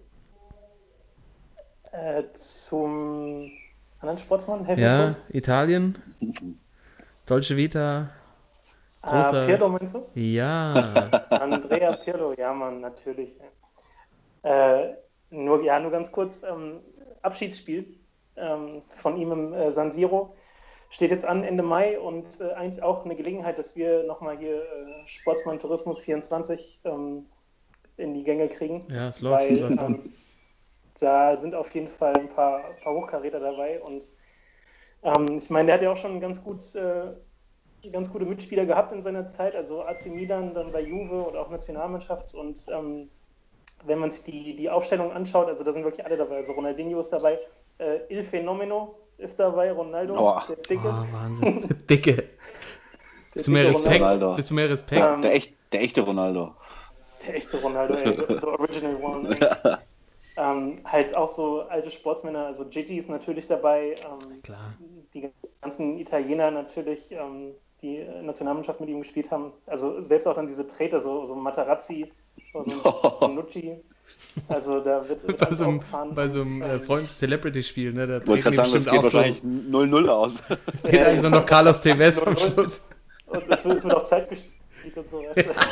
Äh, zum anderen Sportsmann, helfen Ja, wir kurz. Italien, Dolce Vita, Ah, großer- Pirlo meinst du? ja, Andrea Pirlo, ja Mann, natürlich. Äh, nur, ja, nur ganz kurz, ähm, Abschiedsspiel ähm, von ihm im äh, San Siro steht jetzt an Ende Mai und äh, eigentlich auch eine Gelegenheit, dass wir nochmal hier äh, Sportsmann Tourismus vierundzwanzig ähm, in die Gänge kriegen. ja, es läuft. Weil es läuft an. ähm, da sind auf jeden Fall ein paar, paar Hochkaräter dabei und ähm, ich meine, der hat ja auch schon ganz gut äh, ganz gute Mitspieler gehabt in seiner Zeit, also A C Milan, dann bei Juve oder auch Nationalmannschaft und ähm, wenn man sich die, die Aufstellung anschaut, also da sind wirklich alle dabei, also Ronaldinho ist dabei, äh, Il Fenomeno ist dabei, Ronaldo, Oh. der Dicke. Oh, Wahnsinn. Dicke. der Bist du mehr dicke Respekt? Ronaldo. Bist du mehr Respekt? Ähm, Der, echt, der echte Ronaldo. Der echte Ronaldo, ey, the, the original one. Ey. Ähm, halt auch so alte Sportsmänner, also Gigi ist natürlich dabei, ähm, Klar. die ganzen Italiener natürlich, ähm, die Nationalmannschaft mit ihm gespielt haben, also selbst auch dann diese Treter, so, so Materazzi, so Bonucci, also da wird bei so einem, gefahren, bei so einem äh, Freund Celebrity-Spiel, ne? Da Ich wollte gerade sagen, das geht wahrscheinlich null null so, aus. Geht ja, eigentlich so noch Carlos Tevez am Schluss. Und es wird, wird auch Zeit gespielt und so.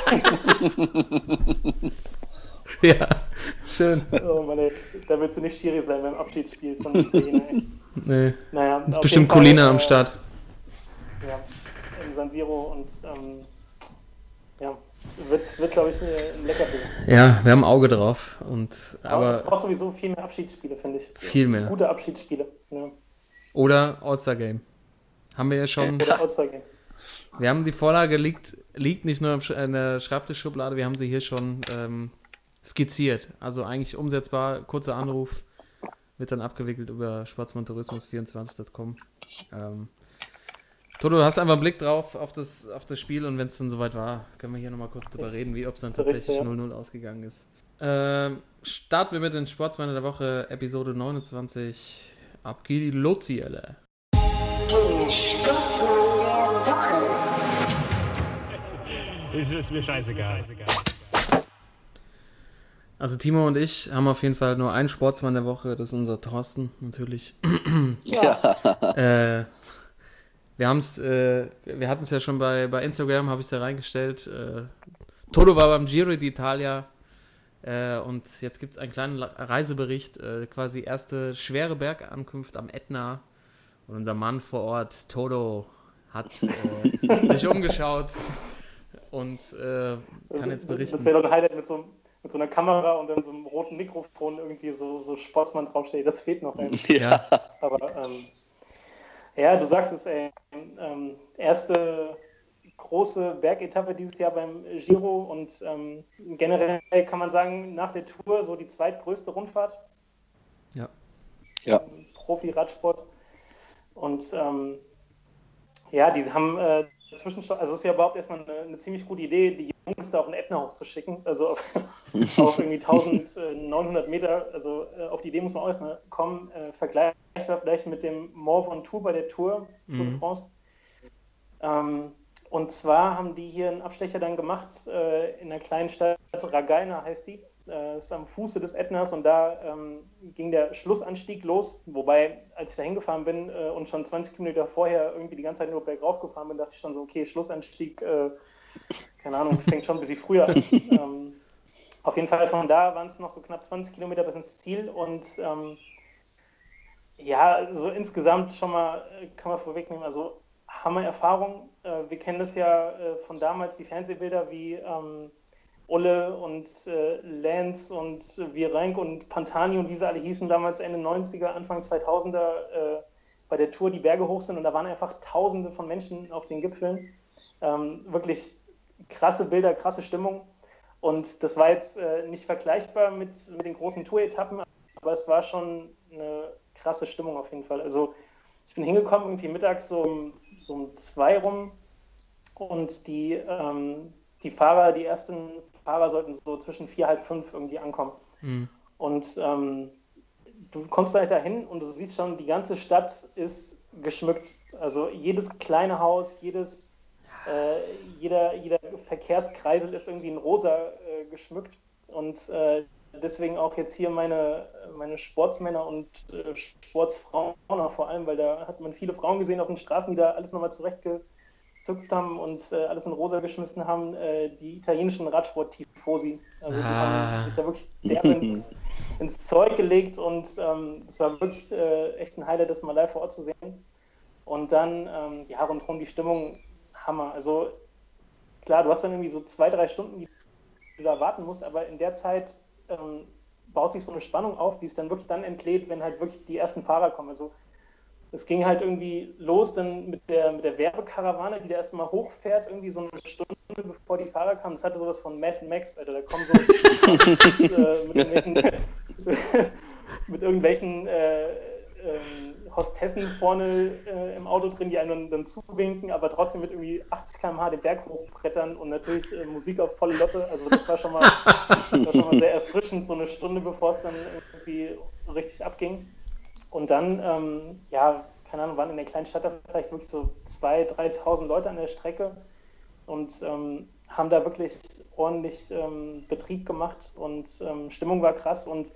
Ja, schön. Oh Mann, ey, da willst du nicht Schiri sein beim Abschiedsspiel von Italiener. Nee. Naja, ist bestimmt Colina am Start. Ja, im San Siro und ähm, ja, wird, wird glaube ich, ein Leckerbissen. Ja, wir haben ein Auge drauf. Und, aber es braucht sowieso viel mehr Abschiedsspiele, finde ich. Viel mehr. Gute Abschiedsspiele. Ja. Oder All-Star-Game. Haben wir ja schon. Oder All-Star-Game. Wir haben die Vorlage, liegt, liegt nicht nur in der Schreibtischschublade, wir haben sie hier schon ähm, skizziert. Also eigentlich umsetzbar, kurzer Anruf, wird dann abgewickelt über sportsmantourismus vierundzwanzig punkt com. Ähm, Toto, du hast einfach einen Blick drauf auf das, auf das Spiel und wenn es dann soweit war, können wir hier nochmal kurz drüber reden, wie ob es dann tatsächlich null null ausgegangen ist. Ähm, starten wir mit den Sportsmännern der Woche, Episode neunundzwanzig. Ab geht die Lozielle. Die Sportsmann der Woche. Es ist mir scheißegal. Also Timo und ich haben auf jeden Fall nur einen Sportsmann der Woche, das ist unser Thorsten, natürlich. Ja. äh, wir haben es, äh, wir hatten es ja schon bei, bei Instagram, habe ich es ja reingestellt. Äh, Toto war beim Giro d'Italia äh, und jetzt gibt es einen kleinen Reisebericht, äh, quasi erste schwere Bergankunft am Ätna. Und unser Mann vor Ort, Toto, hat äh, sich umgeschaut und äh, kann jetzt berichten. Das wäre doch ein Highlight mit so, mit so einer Kamera und dann so einem roten Mikrofon irgendwie so, so Sportsmann draufsteht. Das fehlt noch. Ey. Ja. Aber ähm, ja, du sagst es, ey, ähm, erste große Bergetappe dieses Jahr beim Giro und ähm, generell kann man sagen, nach der Tour so die zweitgrößte Rundfahrt. Ja. Ja. Profi-Radsport. Und ähm, ja, die haben äh, Zwischenstopp, also es ist ja überhaupt erstmal eine, eine ziemlich gute Idee, die Jungs da auf den Ätna hochzuschicken, also auf, auf irgendwie eintausendneunhundert Meter, also äh, auf die Idee muss man auch erstmal kommen, äh, vergleichbar vielleicht mit dem Mont Ventoux bei der Tour, Tour de Mhm. France. Ähm, und zwar haben die hier einen Abstecher dann gemacht äh, in einer kleinen Stadt, Ragaina heißt die, äh, ist am Fuße des Ätnas und da ähm, ging der Schlussanstieg los, wobei, als ich da hingefahren bin äh, und schon zwanzig Kilometer vorher irgendwie die ganze Zeit nur bergauf gefahren bin, dachte ich schon so, okay, Schlussanstieg, äh, keine Ahnung, fängt schon ein bisschen früher an. ähm, auf jeden Fall von da waren es noch so knapp zwanzig Kilometer bis ins Ziel und ähm, ja, so insgesamt schon mal, äh, kann man vorwegnehmen, also Hammer-Erfahrung. Äh, wir kennen das ja äh, von damals, die Fernsehbilder wie ähm, Olle und äh, Lance und äh, Virenk und Pantani und wie sie alle hießen damals Ende neunziger, Anfang zweitausender äh, bei der Tour die Berge hoch sind und da waren einfach Tausende von Menschen auf den Gipfeln. Ähm, wirklich krasse Bilder, krasse Stimmung und das war jetzt äh, nicht vergleichbar mit, mit den großen Tour-Etappen, aber es war schon eine krasse Stimmung auf jeden Fall. Also ich bin hingekommen, irgendwie mittags so um, so um zwei rum und die, ähm, die Fahrer, die ersten Fahrer sollten so zwischen vier, halb fünf irgendwie ankommen. Mhm. Und ähm, du kommst halt dahin und du siehst schon, die ganze Stadt ist geschmückt. Also jedes kleine Haus, jedes, äh, jeder, jeder Verkehrskreisel ist irgendwie in rosa äh, geschmückt und äh, deswegen auch jetzt hier meine, meine Sportsmänner und äh, Sportsfrauen auch vor allem, weil da hat man viele Frauen gesehen auf den Straßen, die da alles nochmal zurechtgezupft haben und äh, alles in rosa geschmissen haben, äh, die italienischen Radsport-Tifosi. Also die Ah. haben sich da wirklich derbe ins, ins Zeug gelegt und ähm, es war wirklich äh, echt ein Highlight, das mal live vor Ort zu sehen. Und dann, ähm, ja, rundherum die Stimmung, Hammer. Also klar, du hast dann irgendwie so zwei, drei Stunden, die du da warten musst, aber in der Zeit ähm, baut sich so eine Spannung auf, die es dann wirklich dann entlädt, wenn halt wirklich die ersten Fahrer kommen. Also es ging halt irgendwie los dann mit der, mit der Werbekarawane, die da erstmal hochfährt, irgendwie so eine Stunde, bevor die Fahrer kamen. Das hatte sowas von Mad Max, Alter. Da kommen so äh, mit irgendwelchen, mit irgendwelchen äh, ähm, Hostessen vorne äh, im Auto drin, die einem dann, dann zuwinken, aber trotzdem mit irgendwie achtzig Kilometer pro Stunde den Berg hochbrettern und natürlich äh, Musik auf volle Lotte. Also das war schon mal, das war schon mal sehr erfrischend, so eine Stunde bevor es dann irgendwie so richtig abging. Und dann, ähm, ja, keine Ahnung, waren in der kleinen Stadt da vielleicht wirklich so zweitausend, dreitausend Leute an der Strecke und ähm, haben da wirklich ordentlich ähm, Betrieb gemacht und ähm, Stimmung war krass und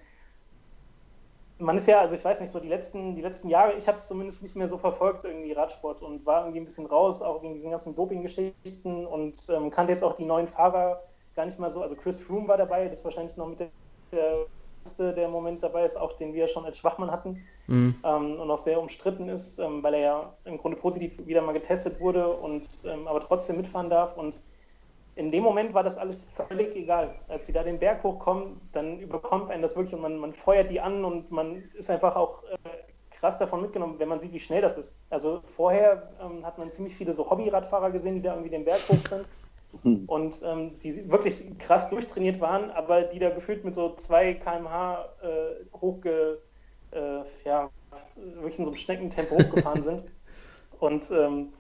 man ist ja, also ich weiß nicht, so die letzten, die letzten Jahre, ich habe es zumindest nicht mehr so verfolgt, irgendwie Radsport und war irgendwie ein bisschen raus, auch wegen diesen ganzen Doping-Geschichten und ähm, kannte jetzt auch die neuen Fahrer gar nicht mal so, also Chris Froome war dabei, das ist wahrscheinlich noch mit der, der der im Moment dabei ist, auch den wir schon als Schwachmann hatten mhm. ähm, und auch sehr umstritten ist, ähm, weil er ja im Grunde positiv wieder mal getestet wurde und ähm, aber trotzdem mitfahren darf und in dem Moment war das alles völlig egal. Als sie da den Berg hochkommen, dann überkommt einen das wirklich und man, man feuert die an und man ist einfach auch äh, krass davon mitgenommen, wenn man sieht, wie schnell das ist. Also vorher ähm, hat man ziemlich viele so Hobby-Radfahrer gesehen, die da irgendwie den Berg hoch sind und ähm, die wirklich krass durchtrainiert waren, aber die da gefühlt mit so zwei Kilometer pro Stunde äh, hochge, äh, ja, wirklich in so einem Schneckentempo hochgefahren sind. Und ähm,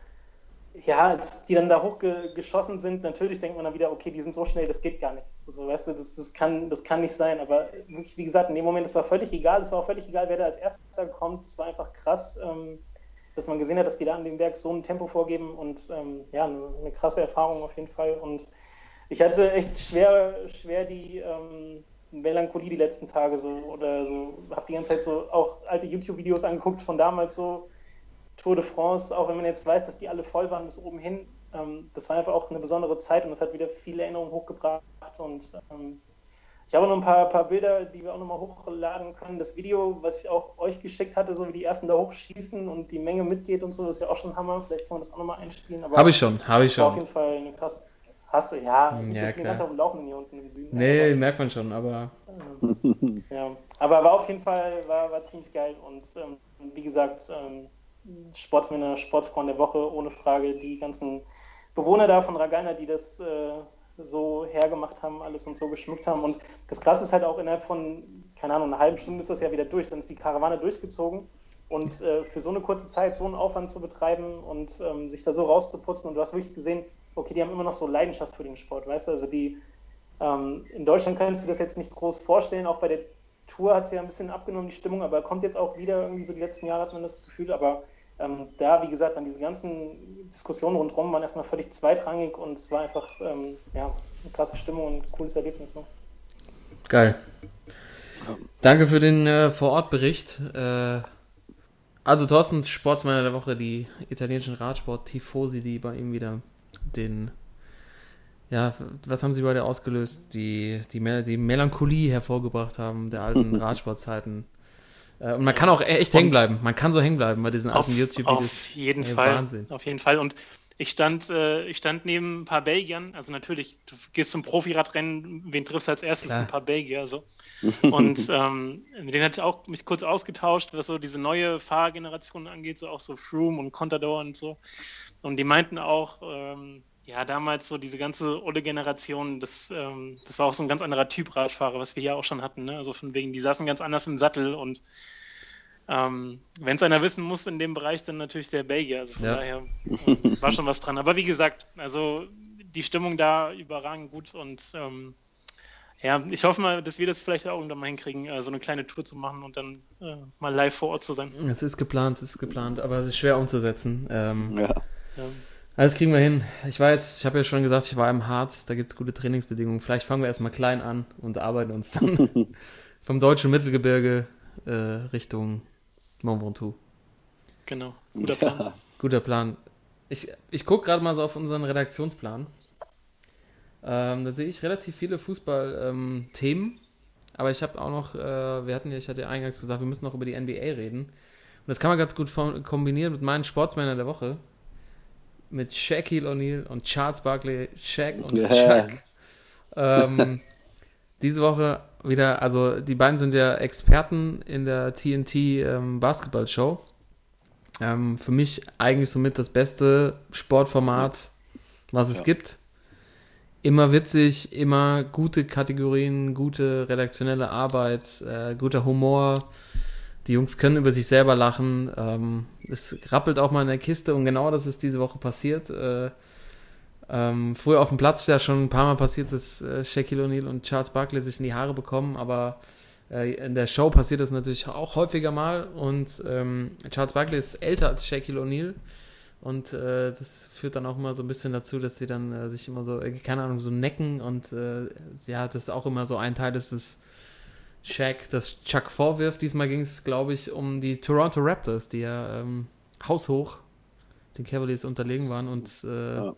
ja, als die dann da hochgeschossen sind, natürlich denkt man dann wieder, okay, die sind so schnell, das geht gar nicht. Also, weißt du, das, das, kann, das kann nicht sein. Aber wirklich, wie gesagt, in dem Moment, es war völlig egal. Es war auch völlig egal, wer da als Erster kommt. Es war einfach krass, ähm, dass man gesehen hat, dass die da an dem Berg so ein Tempo vorgeben und ähm, ja, eine, eine krasse Erfahrung auf jeden Fall. Und ich hatte echt schwer, schwer die ähm, Melancholie die letzten Tage so oder so, habe die ganze Zeit so auch alte YouTube-Videos angeguckt von damals so Tour de France, auch wenn man jetzt weiß, dass die alle voll waren bis oben hin. Ähm, das war einfach auch eine besondere Zeit und das hat wieder viele Erinnerungen hochgebracht und ähm, ich habe noch ein paar, paar Bilder, die wir auch nochmal hochladen können. Das Video, was ich auch euch geschickt hatte, so wie die ersten da hochschießen und die Menge mitgeht und so, das ist ja auch schon Hammer. Vielleicht kann man das auch nochmal einspielen. Habe ich schon, habe ich schon. Auf jeden Fall eine krass. Hast du, ja. Ich ja, bin ganz auf dem Laufenden hier unten im Süden. Nee, aber, merkt man schon, aber... Ähm, ja, aber war auf jeden Fall, war, war ziemlich geil und ähm, wie gesagt, ähm, Sportsmänner, Sportsfrauen der Woche, ohne Frage. Die ganzen Bewohner da von Ragaina, die das... Äh, so hergemacht haben, alles und so geschmückt haben. Und das Krasse ist halt auch innerhalb von, keine Ahnung, einer halben Stunde ist das ja wieder durch. Dann ist die Karawane durchgezogen. Und äh, für so eine kurze Zeit so einen Aufwand zu betreiben und ähm, sich da so rauszuputzen. Und du hast wirklich gesehen, okay, die haben immer noch so Leidenschaft für den Sport, weißt du? Also die, ähm, in Deutschland kannst du das jetzt nicht groß vorstellen. Auch bei der Tour hat es ja ein bisschen abgenommen, die Stimmung. Aber kommt jetzt auch wieder irgendwie so die letzten Jahre, hat man das Gefühl. Aber Ähm, da, wie gesagt, waren diese ganzen Diskussionen rundherum waren erstmal völlig zweitrangig und es war einfach ähm, ja, eine krasse Stimmung und ein cooles Erlebnis. So. Geil. Danke für den äh, Vor-Ort-Bericht. Äh, also Thorstens Sportsmänner der Woche, die italienischen Radsport-Tifosi, die bei ihm wieder den, ja, was haben sie bei dir ausgelöst? Die, die, Mel- die Melancholie hervorgebracht haben der alten Radsportzeiten. Und man kann auch echt hängen bleiben. Man kann so hängen bleiben bei diesen alten YouTube-Videos. Auf jeden Ey, Fall. Wahnsinn. Auf jeden Fall. Und ich stand, äh, ich stand neben ein paar Belgiern. Also natürlich, du gehst zum Profiradrennen, wen triffst du als erstes? Klar. Ein paar Belgier. So. Und ähm, mit denen hatte ich auch mich kurz ausgetauscht, was so diese neue Fahrgeneration angeht, so auch so Froome und Contador und so. Und die meinten auch, ähm, ja, damals so diese ganze olle Generation, das, ähm, das war auch so ein ganz anderer Typ Radfahrer, was wir hier auch schon hatten, ne? Also von wegen, die saßen ganz anders im Sattel und ähm, wenn es einer wissen muss in dem Bereich, dann natürlich der Belgier, also von ja. daher ähm, war schon was dran. Aber wie gesagt, also die Stimmung da überragend gut und ähm, ja, ich hoffe mal, dass wir das vielleicht auch irgendwann mal hinkriegen, äh, so eine kleine Tour zu machen und dann äh, mal live vor Ort zu sein. Es ist geplant, es ist geplant, aber es ist schwer umzusetzen. Ähm, Ja. Ja. Alles kriegen wir hin. Ich war jetzt, ich habe ja schon gesagt, ich war im Harz, da gibt es gute Trainingsbedingungen. Vielleicht fangen wir erstmal klein an und arbeiten uns dann vom deutschen Mittelgebirge äh, Richtung Mont Ventoux. Genau, guter Plan. Ja. Guter Plan. Ich, ich gucke gerade mal so auf unseren Redaktionsplan. Ähm, da sehe ich relativ viele Fußball-Themen. Ähm, aber ich habe auch noch, äh, wir hatten ja, ich hatte ja eingangs gesagt, wir müssen noch über die N B A reden. Und das kann man ganz gut von, kombinieren mit meinen Sportsmännern der Woche. Mit Shaquille O'Neal und Charles Barkley, Shaq und Ja. Chuck. Ähm, diese Woche wieder, also die beiden sind ja Experten in der T N T ähm, Basketball-Show. Ähm, für mich eigentlich somit das beste Sportformat, was es Ja. gibt. Immer witzig, immer gute Kategorien, gute redaktionelle Arbeit, äh, guter Humor, Die Jungs können über sich selber lachen. Ähm, es rappelt auch mal in der Kiste und genau das ist diese Woche passiert. Äh, ähm, früher auf dem Platz ist ja schon ein paar Mal passiert, dass äh, Shaquille O'Neal und Charles Barkley sich in die Haare bekommen, aber äh, in der Show passiert das natürlich auch häufiger mal und ähm, Charles Barkley ist älter als Shaquille O'Neal und äh, das führt dann auch immer so ein bisschen dazu, dass sie dann äh, sich immer so, äh, keine Ahnung, so necken und äh, ja, das auch immer so ein Teil ist, das Shaq, das Chuck vorwirft. Diesmal ging es, glaube ich, um die Toronto Raptors, die ja ähm, haushoch den Cavaliers unterlegen waren und äh, Ja.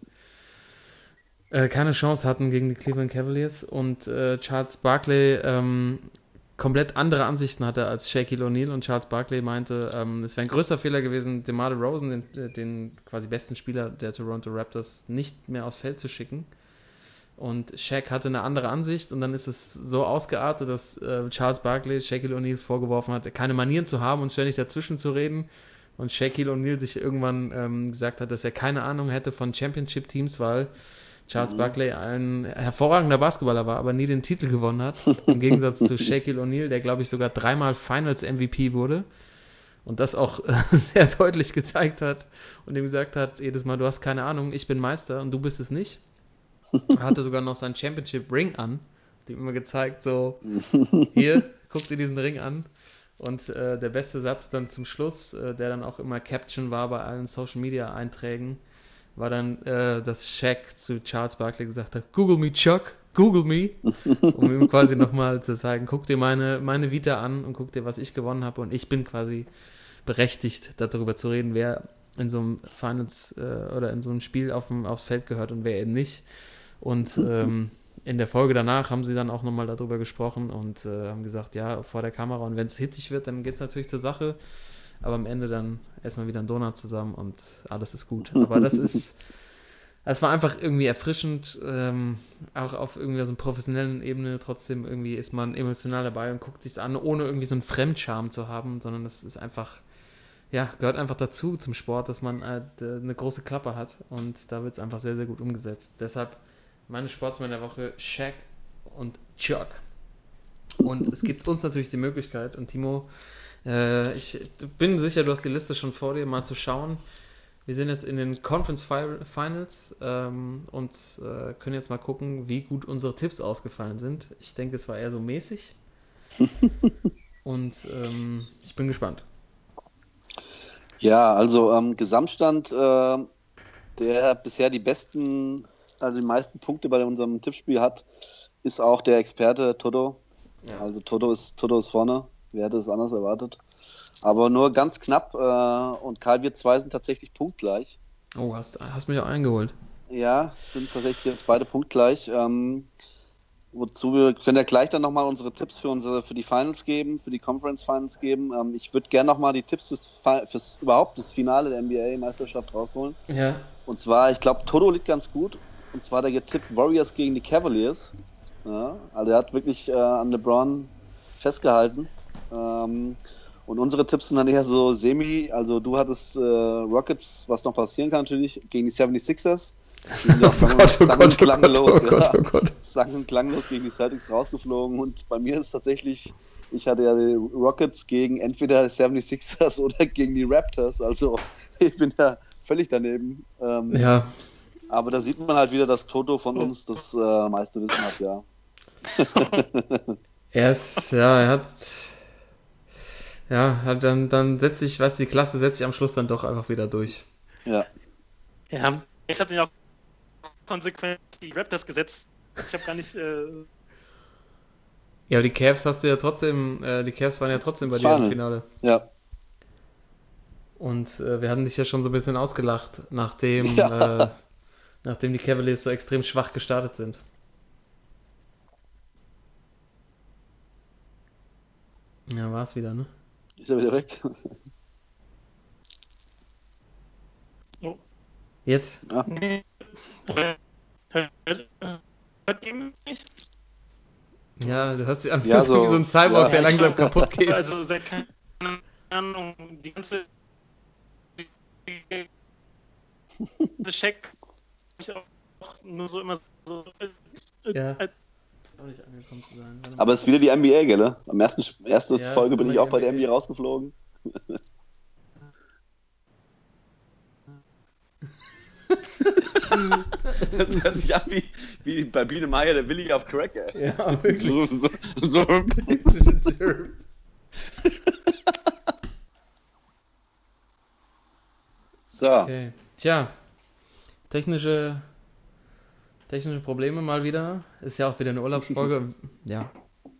äh, keine Chance hatten gegen die Cleveland Cavaliers. Und äh, Charles Barkley ähm, komplett andere Ansichten hatte als Shaquille O'Neal. Und Charles Barkley meinte, ähm, es wäre ein größer Fehler gewesen, DeMar DeRozan, den, den quasi besten Spieler der Toronto Raptors, nicht mehr aufs Feld zu schicken. Und Shaq hatte eine andere Ansicht und dann ist es so ausgeartet, dass äh, Charles Barkley Shaquille O'Neal vorgeworfen hat, keine Manieren zu haben und ständig dazwischen zu reden. Und Shaquille O'Neal sich irgendwann ähm, gesagt hat, dass er keine Ahnung hätte von Championship-Teams, weil Charles mhm. Barkley ein hervorragender Basketballer war, aber nie den Titel gewonnen hat. Im Gegensatz zu Shaquille O'Neal, der, glaube ich, sogar dreimal Finals-M V P wurde. Und das auch äh, sehr deutlich gezeigt hat und ihm gesagt hat, jedes Mal, du hast keine Ahnung, ich bin Meister und du bist es nicht. Er hatte sogar noch seinen Championship Ring an, hat ihm immer gezeigt, so, hier, guck dir diesen Ring an. Und äh, der beste Satz dann zum Schluss, äh, der dann auch immer Caption war bei allen Social Media Einträgen, war dann, äh, dass Shaq zu Charles Barkley gesagt hat, Google me Chuck, Google me, um ihm quasi nochmal zu sagen, guck dir meine, meine Vita an und guck dir, was ich gewonnen habe und ich bin quasi berechtigt, darüber zu reden, wer in so einem Finals äh, oder in so einem Spiel auf dem, aufs Feld gehört und wer eben nicht. Und ähm, in der Folge danach haben sie dann auch nochmal darüber gesprochen und äh, haben gesagt, ja, vor der Kamera und wenn es hitzig wird, dann geht es natürlich zur Sache, aber am Ende dann erstmal wieder ein Donut zusammen und alles ist gut. Aber das ist, das war einfach irgendwie erfrischend, ähm, auch auf irgendwie so einer professionellen Ebene, trotzdem irgendwie ist man emotional dabei und guckt sich's an, ohne irgendwie so einen Fremdscham zu haben, sondern das ist einfach, ja, gehört einfach dazu zum Sport, dass man äh, eine große Klappe hat und da wird es einfach sehr, sehr gut umgesetzt. Deshalb meine Sportsmann der Woche, Shaq und Chuck. Und es gibt uns natürlich die Möglichkeit, und Timo, äh, ich bin sicher, du hast die Liste schon vor dir, mal zu schauen. Wir sind jetzt in den Conference Finals ähm, und äh, können jetzt mal gucken, wie gut unsere Tipps ausgefallen sind. Ich denke, es war eher so mäßig. Und ähm, ich bin gespannt. Ja, also ähm, Gesamtstand, äh, der bisher die besten, also die meisten Punkte bei unserem Tippspiel hat, ist auch der Experte Toto. Ja. Also Toto ist, Toto ist vorne. Wer hätte es anders erwartet? Aber nur ganz knapp äh, und Karl, wir zwei sind tatsächlich punktgleich. Oh, hast, hast mich auch eingeholt. Ja, sind tatsächlich jetzt beide punktgleich. Ähm, wozu wir können ja gleich dann nochmal unsere Tipps für unsere für die Finals geben, für die Conference Finals geben. Ähm, ich würde gerne nochmal die Tipps fürs, fürs überhaupt das Finale der N B A-Meisterschaft rausholen. Ja. Und zwar, ich glaube, Toto liegt ganz gut. Und zwar der getippt Warriors gegen die Cavaliers. Ja, also er hat wirklich äh, an LeBron festgehalten. Ähm, und unsere Tipps sind dann eher so semi. Also du hattest äh, Rockets, was noch passieren kann natürlich, gegen die seventy-sixers. Die sind ja sang- oh sang- und klanglos, oh Gott, oh Gott. Ja, sang- und klanglos gegen die Celtics rausgeflogen. Und bei mir ist tatsächlich, ich hatte ja die Rockets gegen entweder seventy-sixers oder gegen die Raptors. Also ich bin ja völlig daneben. Ähm, ja. Aber da sieht man halt wieder, dass Toto von uns das äh, meiste Wissen hat, ja. Er ist, ja, er hat, ja, hat dann, dann setzt sich, was die Klasse setzt sich am Schluss dann doch einfach wieder durch. Ja. Ja, ich habe ja auch konsequent die Raptors gesetzt. Ich habe gar nicht. Äh ja, aber die Cavs hast du ja trotzdem, äh, die Cavs waren ja trotzdem bei dir im Finale. Ja. Und äh, wir hatten dich ja schon so ein bisschen ausgelacht, nachdem, ja. äh, nachdem die Cavaliers so extrem schwach gestartet sind. Ja, war es wieder, ne? Ist er wieder weg? oh. Jetzt? Ja. Nee. Hört ihr mich nicht? Ja, du hast ja, ja, so, wie so ein Cyborg, ja, der langsam ich, kaputt geht. Also seit keine Ahnung, die ganze The Check ich auch nur so immer so ja. äh, Auch nicht angekommen zu sein. Warte mal. Aber es ist wieder die N B A, gell? Ne? Am ersten erste Ja, Folge es ist bin ich immer auch die bei der N N B A. B A rausgeflogen. Das hört sich an wie, wie bei Biene Meier, der Willi auf Crack, ey. Ja, wirklich. So, so, so. So. Okay. Tja, technische, technische Probleme mal wieder. Ist ja auch wieder eine Urlaubsfolge. Ja.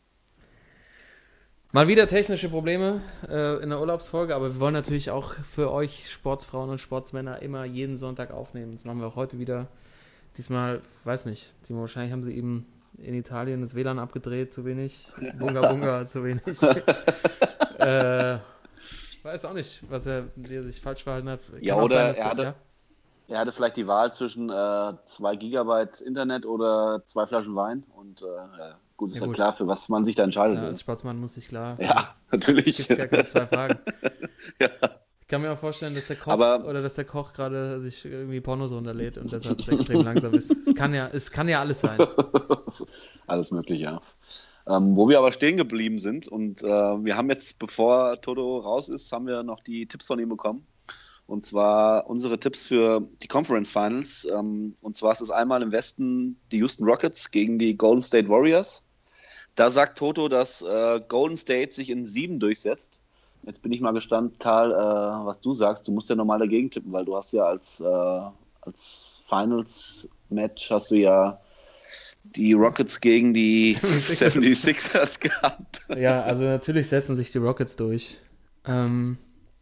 Mal wieder technische Probleme äh, in der Urlaubsfolge, aber wir wollen natürlich auch für euch Sportsfrauen und Sportsmänner immer jeden Sonntag aufnehmen. Das machen wir auch heute wieder. Diesmal, weiß nicht, Timo, wahrscheinlich haben sie eben in Italien das W L A N abgedreht, zu wenig. Bunga Bunga, zu wenig. äh, weiß auch nicht, was er, wie er sich falsch verhalten hat. Kann Ja, auch oder sein, dass er der- hatte- ja? Er hatte vielleicht die Wahl zwischen äh, zwei Gigabyte Internet oder zwei Flaschen Wein. Und äh, ja, gut, ist Ja, ja gut. klar, für was man sich da entscheidet. Klar, ne? als Sportsmann muss ich klar. Ja, Es natürlich. gibt gar keine zwei Fragen. Ja. Ich kann mir auch vorstellen, dass der Koch Aber- oder dass der Koch gerade sich irgendwie Pornos runterlädt und deshalb es extrem langsam ist. Es kann ja, es kann ja alles sein. Alles möglich, ja. Ähm, wo wir aber stehen geblieben sind und äh, wir haben jetzt, bevor Toto raus ist, haben wir noch die Tipps von ihm bekommen. Und zwar unsere Tipps für die Conference Finals. Ähm, und zwar ist es einmal im Westen die Houston Rockets gegen die Golden State Warriors. Da sagt Toto, dass äh, Golden State sich in sieben durchsetzt. Jetzt bin ich mal gespannt, Karl, äh, was du sagst. Du musst ja normal dagegen tippen, weil du hast ja als, äh, als Finals-Match hast du ja die Rockets gegen die seventy-sixers. seventy-sixers gehabt. Ja, also natürlich setzen sich die Rockets durch. Ähm,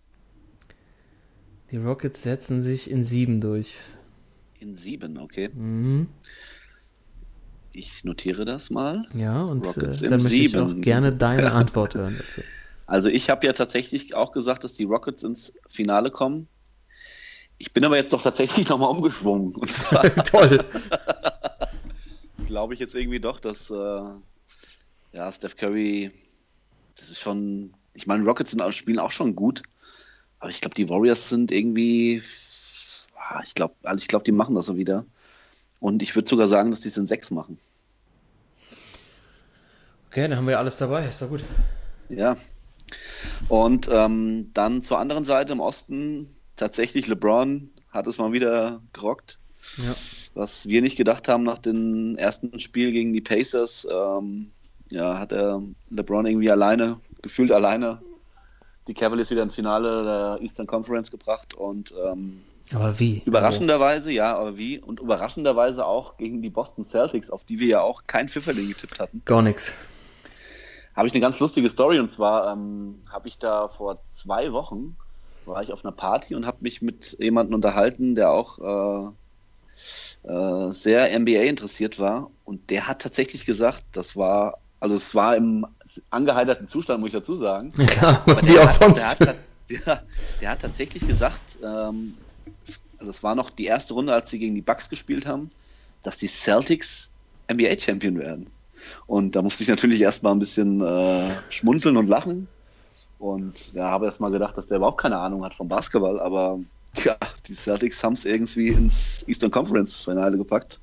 die Rockets setzen sich in sieben durch. In sieben, okay. Mhm. Ich notiere das mal. Ja, und äh, Rockets in dann möchte ich sieben. auch gerne deine Antwort hören dazu. Also ich habe ja tatsächlich auch gesagt, dass die Rockets ins Finale kommen. Ich bin aber jetzt doch tatsächlich nochmal umgeschwungen. Und zwar Toll. glaube ich jetzt irgendwie doch, dass äh, ja, Steph Curry, das ist schon, ich meine, Rockets sind, spielen auch schon gut, aber ich glaube, die Warriors sind irgendwie, ah, ich glaube, also ich glaube, die machen das so wieder. Und ich würde sogar sagen, dass die es in sechs machen. Okay, dann haben wir ja alles dabei. Ist doch gut. Ja. Und ähm, dann zur anderen Seite im Osten, tatsächlich LeBron hat es mal wieder gerockt. Ja. Was wir nicht gedacht haben nach dem ersten Spiel gegen die Pacers, ähm, ja, hat er LeBron irgendwie alleine, gefühlt alleine, die Cavaliers wieder ins Finale der Eastern Conference gebracht und ähm, Aber wie? überraschenderweise, ja, aber wie? Und überraschenderweise auch gegen die Boston Celtics, auf die wir ja auch kein Pfifferling getippt hatten. Gar nichts. Habe ich eine ganz lustige Story und zwar ähm, habe ich da vor zwei Wochen, war ich auf einer Party und habe mich mit jemandem unterhalten, der auch äh, äh, sehr N B A interessiert war und der hat tatsächlich gesagt, das war, also es war im angeheiterten Zustand, muss ich dazu sagen. Ja, klar, Aber wie der auch hat, sonst. Der hat, der, der hat tatsächlich gesagt, ähm, das war noch die erste Runde, als sie gegen die Bucks gespielt haben, dass die Celtics N B A-Champion werden. Und da musste ich natürlich erstmal ein bisschen äh, schmunzeln und lachen. Und ja, habe erstmal gedacht, dass der überhaupt keine Ahnung hat vom Basketball. Aber ja, die Celtics haben es irgendwie ins Eastern Conference Finale gepackt.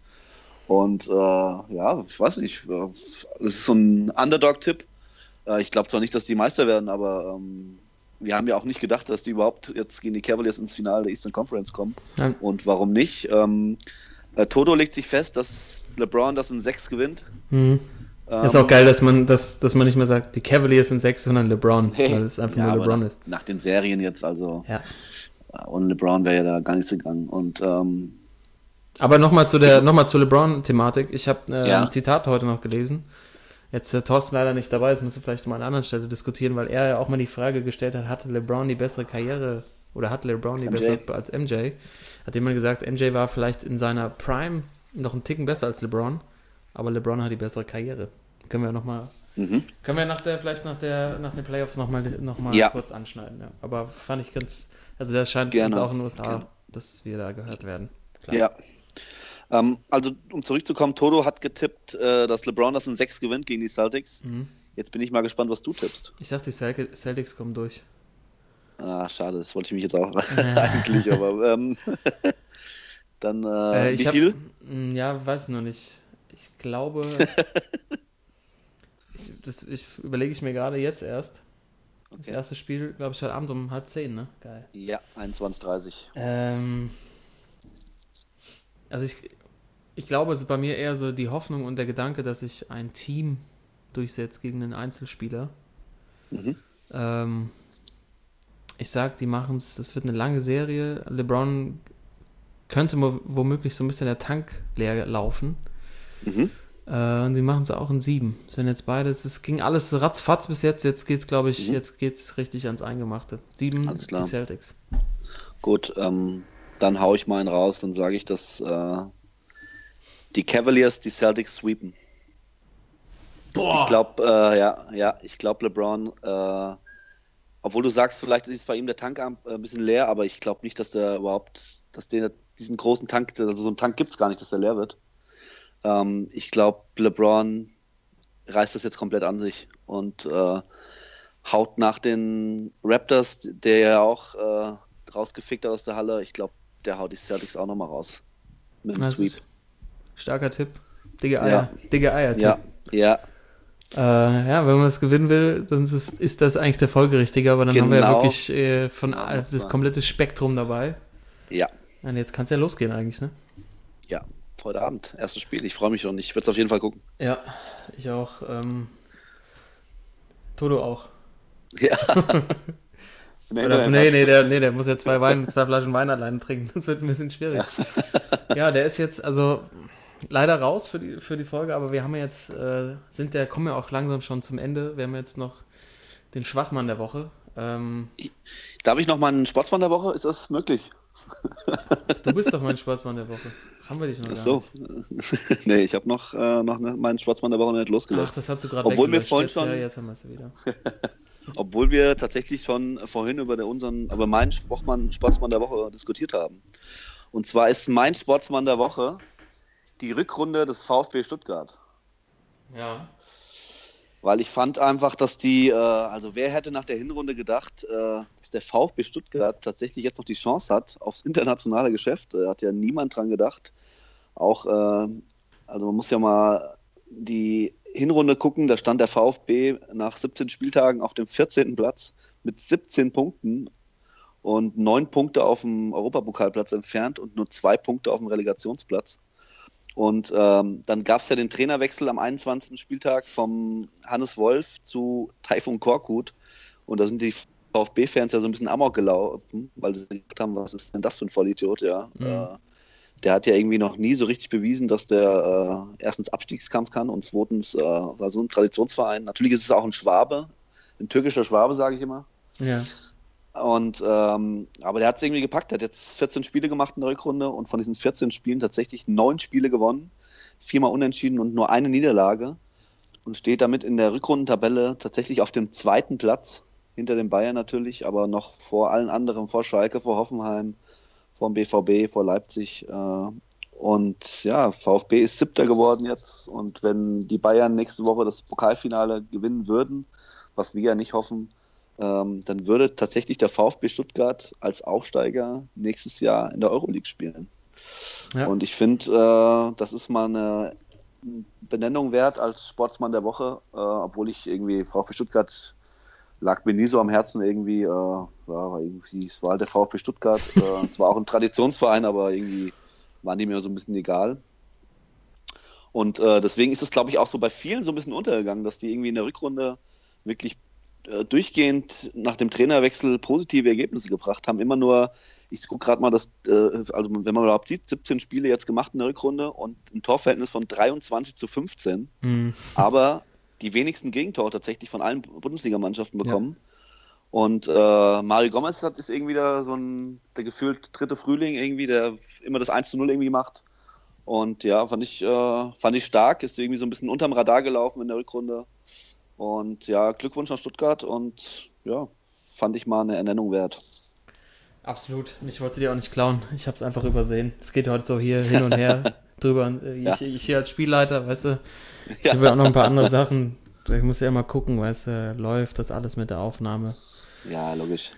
Und äh, ja, ich weiß nicht, äh, das ist so ein Underdog-Tipp. Äh, ich glaube zwar nicht, dass die Meister werden, aber ähm, wir haben ja auch nicht gedacht, dass die überhaupt jetzt gegen die Cavaliers ins Finale der Eastern Conference kommen. Nein. Und warum nicht? Ähm, äh, Toto legt sich fest, dass LeBron das in sechs gewinnt. Mhm. Ähm, Ist auch geil, dass man, dass, dass man nicht mehr sagt, die Cavaliers sind sechs, sondern LeBron, Hey. weil es einfach ja, nur aber LeBron nach, ist. nach den Serien jetzt, also Ja. äh, ohne LeBron wäre ja da gar nichts gegangen. Und ähm, Aber nochmal zu der, nochmal zur LeBron-Thematik. Ich habe äh, Ja. ein Zitat heute noch gelesen. Jetzt äh, Thorsten leider nicht dabei, das müssen wir vielleicht mal an einer anderen Stelle diskutieren, weil er ja auch mal die Frage gestellt hat, hatte LeBron die bessere Karriere oder hat LeBron die M J? bessere als M J? Hat jemand gesagt, M J war vielleicht in seiner Prime noch einen Ticken besser als LeBron, aber LeBron hat die bessere Karriere. Können wir nochmal, mhm. können wir nach der, vielleicht nach der, nach den Playoffs nochmal noch mal Ja. kurz anschneiden. Ja. Aber fand ich ganz, also das scheint Gerne. uns auch in den U S A, Gerne. dass wir da gehört werden. Klar. Ja. Ähm, also, um zurückzukommen, Toto hat getippt, äh, dass LeBron das in sechs gewinnt gegen die Celtics. Mhm. Jetzt bin ich mal gespannt, was du tippst. Ich sag, die Cel- Celtics kommen durch. Ah, schade, das wollte ich mich jetzt auch eigentlich, aber ähm, dann, äh, Äh, ich wie hab, viel? mh, Ja, weiß ich noch nicht. Ich glaube, das ich, überlege ich mir gerade jetzt erst. Das Okay. erste Spiel, glaube ich, heute Abend um halb zehn, ne? Geil. Ja, einundzwanzig Uhr dreißig. Ähm, also ich, ich glaube, es ist bei mir eher so die Hoffnung und der Gedanke, dass sich ein Team durchsetzt gegen einen Einzelspieler. Mhm. Ähm, ich sag, die machen es, das wird eine lange Serie. LeBron könnte mo- womöglich so ein bisschen der Tank leer laufen. Mhm. Äh, und die machen es auch in sieben. Das sind jetzt beides, es ging alles ratzfatz bis jetzt. Jetzt geht's, glaube ich, Mhm. jetzt geht's richtig ans Eingemachte. Sieben, Alles klar. die Celtics. Gut, ähm, dann hau ich mal einen raus, dann sage ich, dass äh, die Cavaliers die Celtics sweepen. Boah! Ich glaube, äh, ja, ja, ich glaube LeBron, äh, obwohl du sagst, vielleicht ist bei ihm der Tank ein äh, bisschen leer, aber ich glaube nicht, dass der überhaupt, dass der diesen großen Tank, also so einen Tank gibt es gar nicht, dass der leer wird. Ähm, ich glaube, LeBron reißt das jetzt komplett an sich und äh, haut nach den Raptors, der ja auch äh, rausgefickt hat aus der Halle, ich glaube, der haut die Celtics auch nochmal raus. Mit dem Das Sweep. ist starker Tipp. Dicke Eier. Ja. Dicke Eier-Tipp. Ja, ja, Äh, ja, wenn man es gewinnen will, dann ist, ist das eigentlich der folgerichtige, aber dann haben wir ja Genau. wirklich äh, von Genau, all- muss das sein. komplette Spektrum dabei. ja, Und jetzt kann es ja losgehen eigentlich, ne? ja. Heute Abend, erstes Spiel. Ich freue mich schon. Ich werde es auf jeden Fall gucken. Ja, ich auch. Ähm, Toto auch. Ja. Nee, Oder, nee, nee, nee, der, nee, der muss ja zwei, Wein, zwei Flaschen Wein alleine trinken. Das wird ein bisschen schwierig. Ja, der ist jetzt also leider raus für die, für die Folge, aber wir haben ja jetzt, äh, sind der, kommen ja auch langsam schon zum Ende. Wir haben jetzt noch den Schwachmann der Woche. Ähm, Darf ich noch mal einen Sportsmann der Woche? Ist das möglich? du bist doch mein Sportsmann der Woche. Haben wir dich noch Ach gar so. nicht. Nee, ich habe noch, äh, noch ne, meinen Sportsmann der Woche nicht Ach, losgelassen. das hast du gerade Obwohl wir weggelöscht. vorhin Jetzt, schon- Ja, jetzt haben wir es wieder. Obwohl wir tatsächlich schon vorhin über der, unseren, über meinen Sportsmann, Sportsmann der Woche diskutiert haben. Und zwar ist mein Sportsmann der Woche die Rückrunde des VfB Stuttgart. Ja. Weil ich fand einfach, dass die, äh, also wer hätte nach der Hinrunde gedacht, äh, dass der VfB Stuttgart tatsächlich jetzt noch die Chance hat aufs internationale Geschäft. Da hat ja niemand dran gedacht. Auch, äh, also man muss ja mal die Hinrunde gucken, da stand der VfB nach siebzehn Spieltagen auf dem vierzehnten Platz mit siebzehn Punkten und neun Punkte auf dem Europapokalplatz entfernt und nur zwei Punkte auf dem Relegationsplatz. Und ähm, dann gab es ja den Trainerwechsel am einundzwanzigsten Spieltag vom Hannes Wolf zu Taifun Korkut. Und da sind die VfB-Fans ja so ein bisschen amok gelaufen, weil sie gedacht haben, was ist denn das für ein Vollidiot, ja. Mhm. Äh, der hat ja irgendwie noch nie so richtig bewiesen, dass der äh, erstens Abstiegskampf kann und zweitens äh, war so ein Traditionsverein. Natürlich ist es auch ein Schwabe, ein türkischer Schwabe, sage ich immer. Ja. Und ähm, aber der hat es irgendwie gepackt, der hat jetzt vierzehn Spiele gemacht in der Rückrunde und von diesen vierzehn Spielen tatsächlich neun Spiele gewonnen, viermal unentschieden und nur eine Niederlage und steht damit in der Rückrundentabelle tatsächlich auf dem zweiten Platz, hinter den Bayern natürlich, aber noch vor allen anderen, vor Schalke, vor Hoffenheim, vor dem B V B, vor Leipzig. Äh, und ja, VfB ist Siebter geworden jetzt und wenn die Bayern nächste Woche das Pokalfinale gewinnen würden, was wir ja nicht hoffen, Ähm, dann würde tatsächlich der VfB Stuttgart als Aufsteiger nächstes Jahr in der Euroleague spielen. Ja. Und ich finde, äh, das ist mal eine Benennung wert als Sportsmann der Woche, äh, obwohl ich irgendwie, VfB Stuttgart lag mir nie so am Herzen irgendwie, äh, ja, war irgendwie, es war halt der VfB Stuttgart, äh, zwar auch ein Traditionsverein, aber irgendwie waren die mir so ein bisschen egal. Und äh, deswegen ist es, glaube ich, auch so bei vielen so ein bisschen untergegangen, dass die irgendwie in der Rückrunde wirklich durchgehend nach dem Trainerwechsel positive Ergebnisse gebracht haben. Immer nur, ich gucke gerade mal, das, äh, also wenn man überhaupt sieht, siebzehn Spiele jetzt gemacht in der Rückrunde und ein Torverhältnis von dreiundzwanzig zu fünfzehn, Mhm. aber die wenigsten Gegentore tatsächlich von allen Bundesligamannschaften bekommen. Ja. Und äh, Mario Gomez hat, ist irgendwie da so ein, der gefühlt dritte Frühling irgendwie, der immer das eins zu null irgendwie macht. Und ja, fand ich, äh, fand ich stark, ist irgendwie so ein bisschen unterm Radar gelaufen in der Rückrunde. Und ja, Glückwunsch nach Stuttgart und ja, fand ich mal eine Ernennung wert. Absolut. Ich wollte sie dir auch nicht klauen. Ich habe es einfach übersehen. Es geht heute so hier hin und her drüber. Ich, Ja. ich hier als Spielleiter, weißt du, ich Ja. habe ja auch noch ein paar andere Sachen. Ich muss ja immer gucken, weißt du, läuft das alles mit der Aufnahme. Ja, logisch.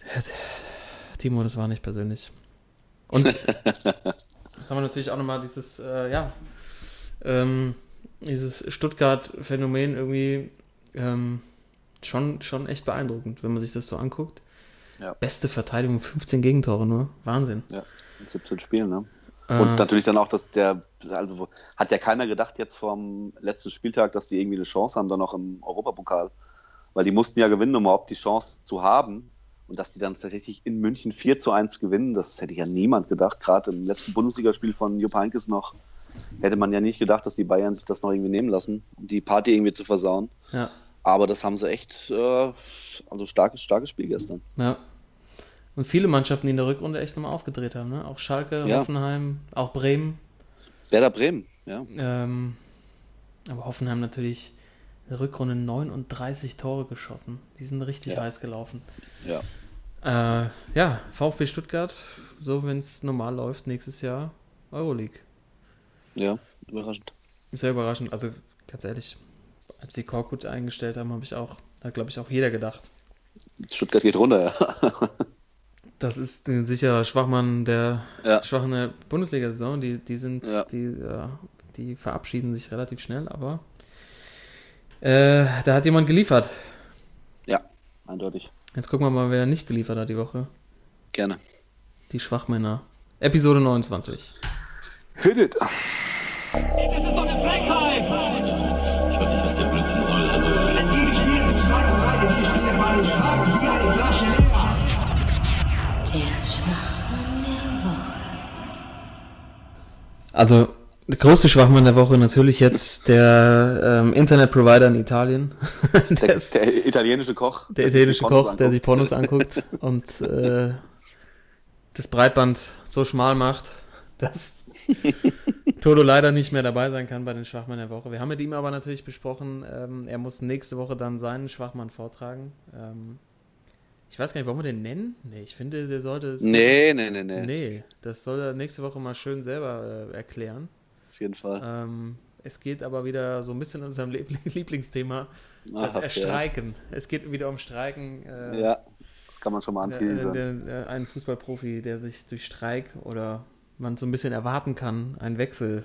Timo, das war nicht persönlich. Und jetzt haben wir natürlich auch nochmal dieses, äh, ja, ähm, dieses Stuttgart-Phänomen irgendwie ähm, schon, schon echt beeindruckend, wenn man sich das so anguckt. Ja. Beste Verteidigung, fünfzehn Gegentore nur. Wahnsinn. Ja, in siebzehn Spielen, ne? Äh, Und natürlich dann auch, dass der, also hat ja keiner gedacht jetzt vom letzten Spieltag, dass die irgendwie eine Chance haben, dann noch im Europapokal. Weil die mussten ja gewinnen, um überhaupt die Chance zu haben. Und dass die dann tatsächlich in München vier zu eins gewinnen, das hätte ja niemand gedacht. Gerade im letzten Bundesligaspiel von Jupp Heynckes noch, hätte man ja nicht gedacht, dass die Bayern sich das noch irgendwie nehmen lassen, um die Party irgendwie zu versauen. Ja. Aber das haben sie echt, äh, also starkes, starkes Spiel gestern. Ja. Und viele Mannschaften, die in der Rückrunde echt nochmal aufgedreht haben, ne? Auch Schalke, Ja. Hoffenheim, auch Bremen. Werder Bremen, ja. Ähm, aber Hoffenheim natürlich in der Rückrunde neununddreißig Tore geschossen. Die sind richtig Ja. heiß gelaufen. Ja. Äh, ja, VfB Stuttgart, so wenn es normal läuft, nächstes Jahr Euroleague. Ja, überraschend. Sehr überraschend. Also ganz ehrlich, als die Korkut eingestellt haben, habe ich auch, hat glaube ich auch jeder gedacht. Stuttgart geht runter, ja. Das ist ein sicherer Schwachmann der Ja. Schwachen der Bundesliga-Saison. Die, die sind, Ja. die, ja, die verabschieden sich relativ schnell, aber äh, da hat jemand geliefert. Ja, eindeutig. Jetzt gucken wir mal, wer nicht geliefert hat die Woche. Gerne. Die Schwachmänner. Episode neunundzwanzig. Hit it. Das ist doch eine Frechheit! Ich weiß nicht, was der Blödsinn soll. Also, wenn die gespielt mit zwei und drei, die Spieler waren stark wie eine Flasche leer. Der Schwachmann der Woche. Also, der größte Schwachmann der Woche natürlich jetzt der ähm, Internetprovider in Italien. der, Der, ist, der italienische Koch. der italienische Koch, der sich Pornos Pornos anguckt und äh, das Breitband so schmal macht, dass Toto leider nicht mehr dabei sein kann bei den Schwachmann der Woche. Wir haben mit ihm aber natürlich besprochen, ähm, er muss nächste Woche dann seinen Schwachmann vortragen. Ähm, ich weiß gar nicht, wollen wir den nennen? Nee, ich finde, der sollte... es- Nee, nee, nee, nee. Nee, das soll er nächste Woche mal schön selber äh, erklären. Auf jeden Fall. Ähm, es geht aber wieder so ein bisschen um sein Liebl- Lieblingsthema, das Ach, Erstreiken. Es geht wieder um Streiken. Ja. Äh, ja, das kann man schon mal der, anteasern. der, der, ein Fußballprofi, der sich durch Streik oder man so ein bisschen erwarten kann, einen Wechsel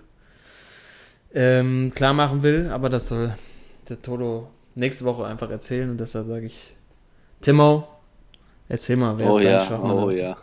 ähm, klar machen will, aber das soll der Toto nächste Woche einfach erzählen und deshalb sage ich, Timo, erzähl mal, wer Oh ist dein ja, Schwachmann? oh ja.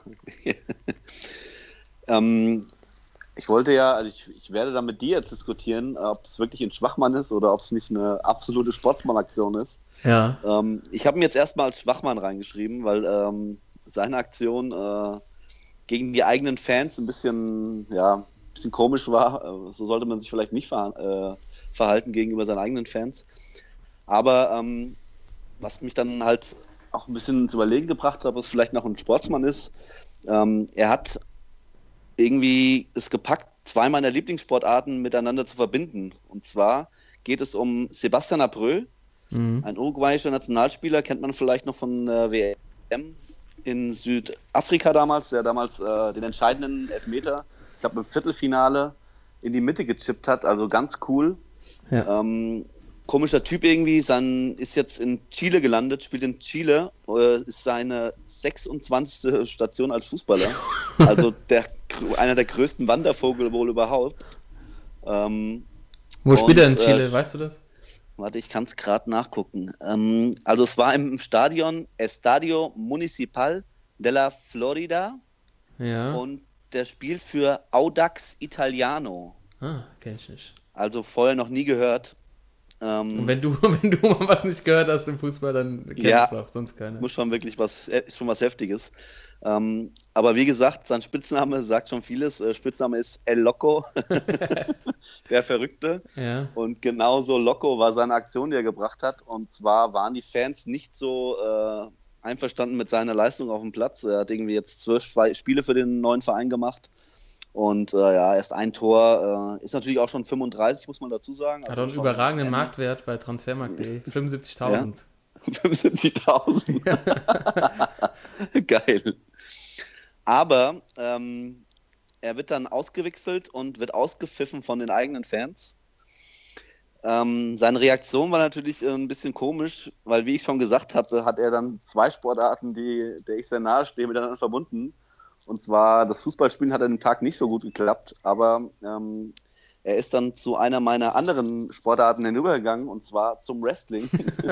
ähm, ich wollte ja, also ich, ich werde dann mit dir jetzt diskutieren, ob es wirklich ein Schwachmann ist oder ob es nicht eine absolute Sportsmann-Aktion ist. Ja, Ähm, ich habe ihn jetzt erstmal als Schwachmann reingeschrieben, weil ähm, seine Aktion äh, gegen die eigenen Fans ein bisschen, ja, ein bisschen komisch war. Äh, so sollte man sich vielleicht nicht ver äh, verhalten gegenüber seinen eigenen Fans. Aber ähm, was mich dann halt auch ein bisschen ins Überlegen gebracht hat, ob es vielleicht noch ein Sportsmann ist, ähm, er hat irgendwie es gepackt, zwei meiner Lieblingssportarten miteinander zu verbinden. Und zwar geht es um Sebastian Abreu, mhm. ein uruguayischer Nationalspieler, kennt man vielleicht noch von der W M in Südafrika damals, der damals äh, den entscheidenden Elfmeter, ich glaube im Viertelfinale, in die Mitte gechippt hat, also ganz cool. Ja. Ähm, komischer Typ irgendwie, sein, ist jetzt in Chile gelandet, spielt in Chile, äh, ist seine sechsundzwanzigste Station als Fußballer, also der, einer der größten Wandervogel wohl überhaupt. Ähm, Wo spielt er in und, Chile, äh, weißt du das? Warte, ich kann es gerade nachgucken. Ähm, also es war im Stadion Estadio Municipal de la Florida Ja. und der spielt für Audax Italiano. Ah, kenn ich nicht. Also vorher noch nie gehört. Ähm, Und wenn du, wenn du mal was nicht gehört hast im Fußball, dann kennt Ja. es auch sonst keiner. muss schon wirklich was, äh, ist schon was Heftiges. Ähm, aber wie gesagt, sein Spitzname sagt schon vieles. Äh, Spitzname ist El Loco, der Verrückte. Ja. Und genauso loco war seine Aktion, die er gebracht hat. Und zwar waren die Fans nicht so äh, einverstanden mit seiner Leistung auf dem Platz. Er hat irgendwie jetzt zwölf Spiele für den neuen Verein gemacht. Und äh, ja, erst ein Tor. Äh, ist natürlich auch schon fünfunddreißig, muss man dazu sagen. Hat Also auch einen schon überragenden ein- Marktwert bei Transfermarkt punkt de. fünfundsiebzigtausend. fünfundsiebzigtausend. Geil. Aber ähm, er wird dann ausgewechselt und wird ausgepfiffen von den eigenen Fans. Ähm, seine Reaktion war natürlich äh, ein bisschen komisch, weil, wie ich schon gesagt hatte, hat er dann zwei Sportarten, die, der ich sehr nahe stehe, miteinander verbunden. Und zwar das Fußballspielen hat an dem Tag nicht so gut geklappt, aber ähm, er ist dann zu einer meiner anderen Sportarten hinübergegangen, und zwar zum Wrestling.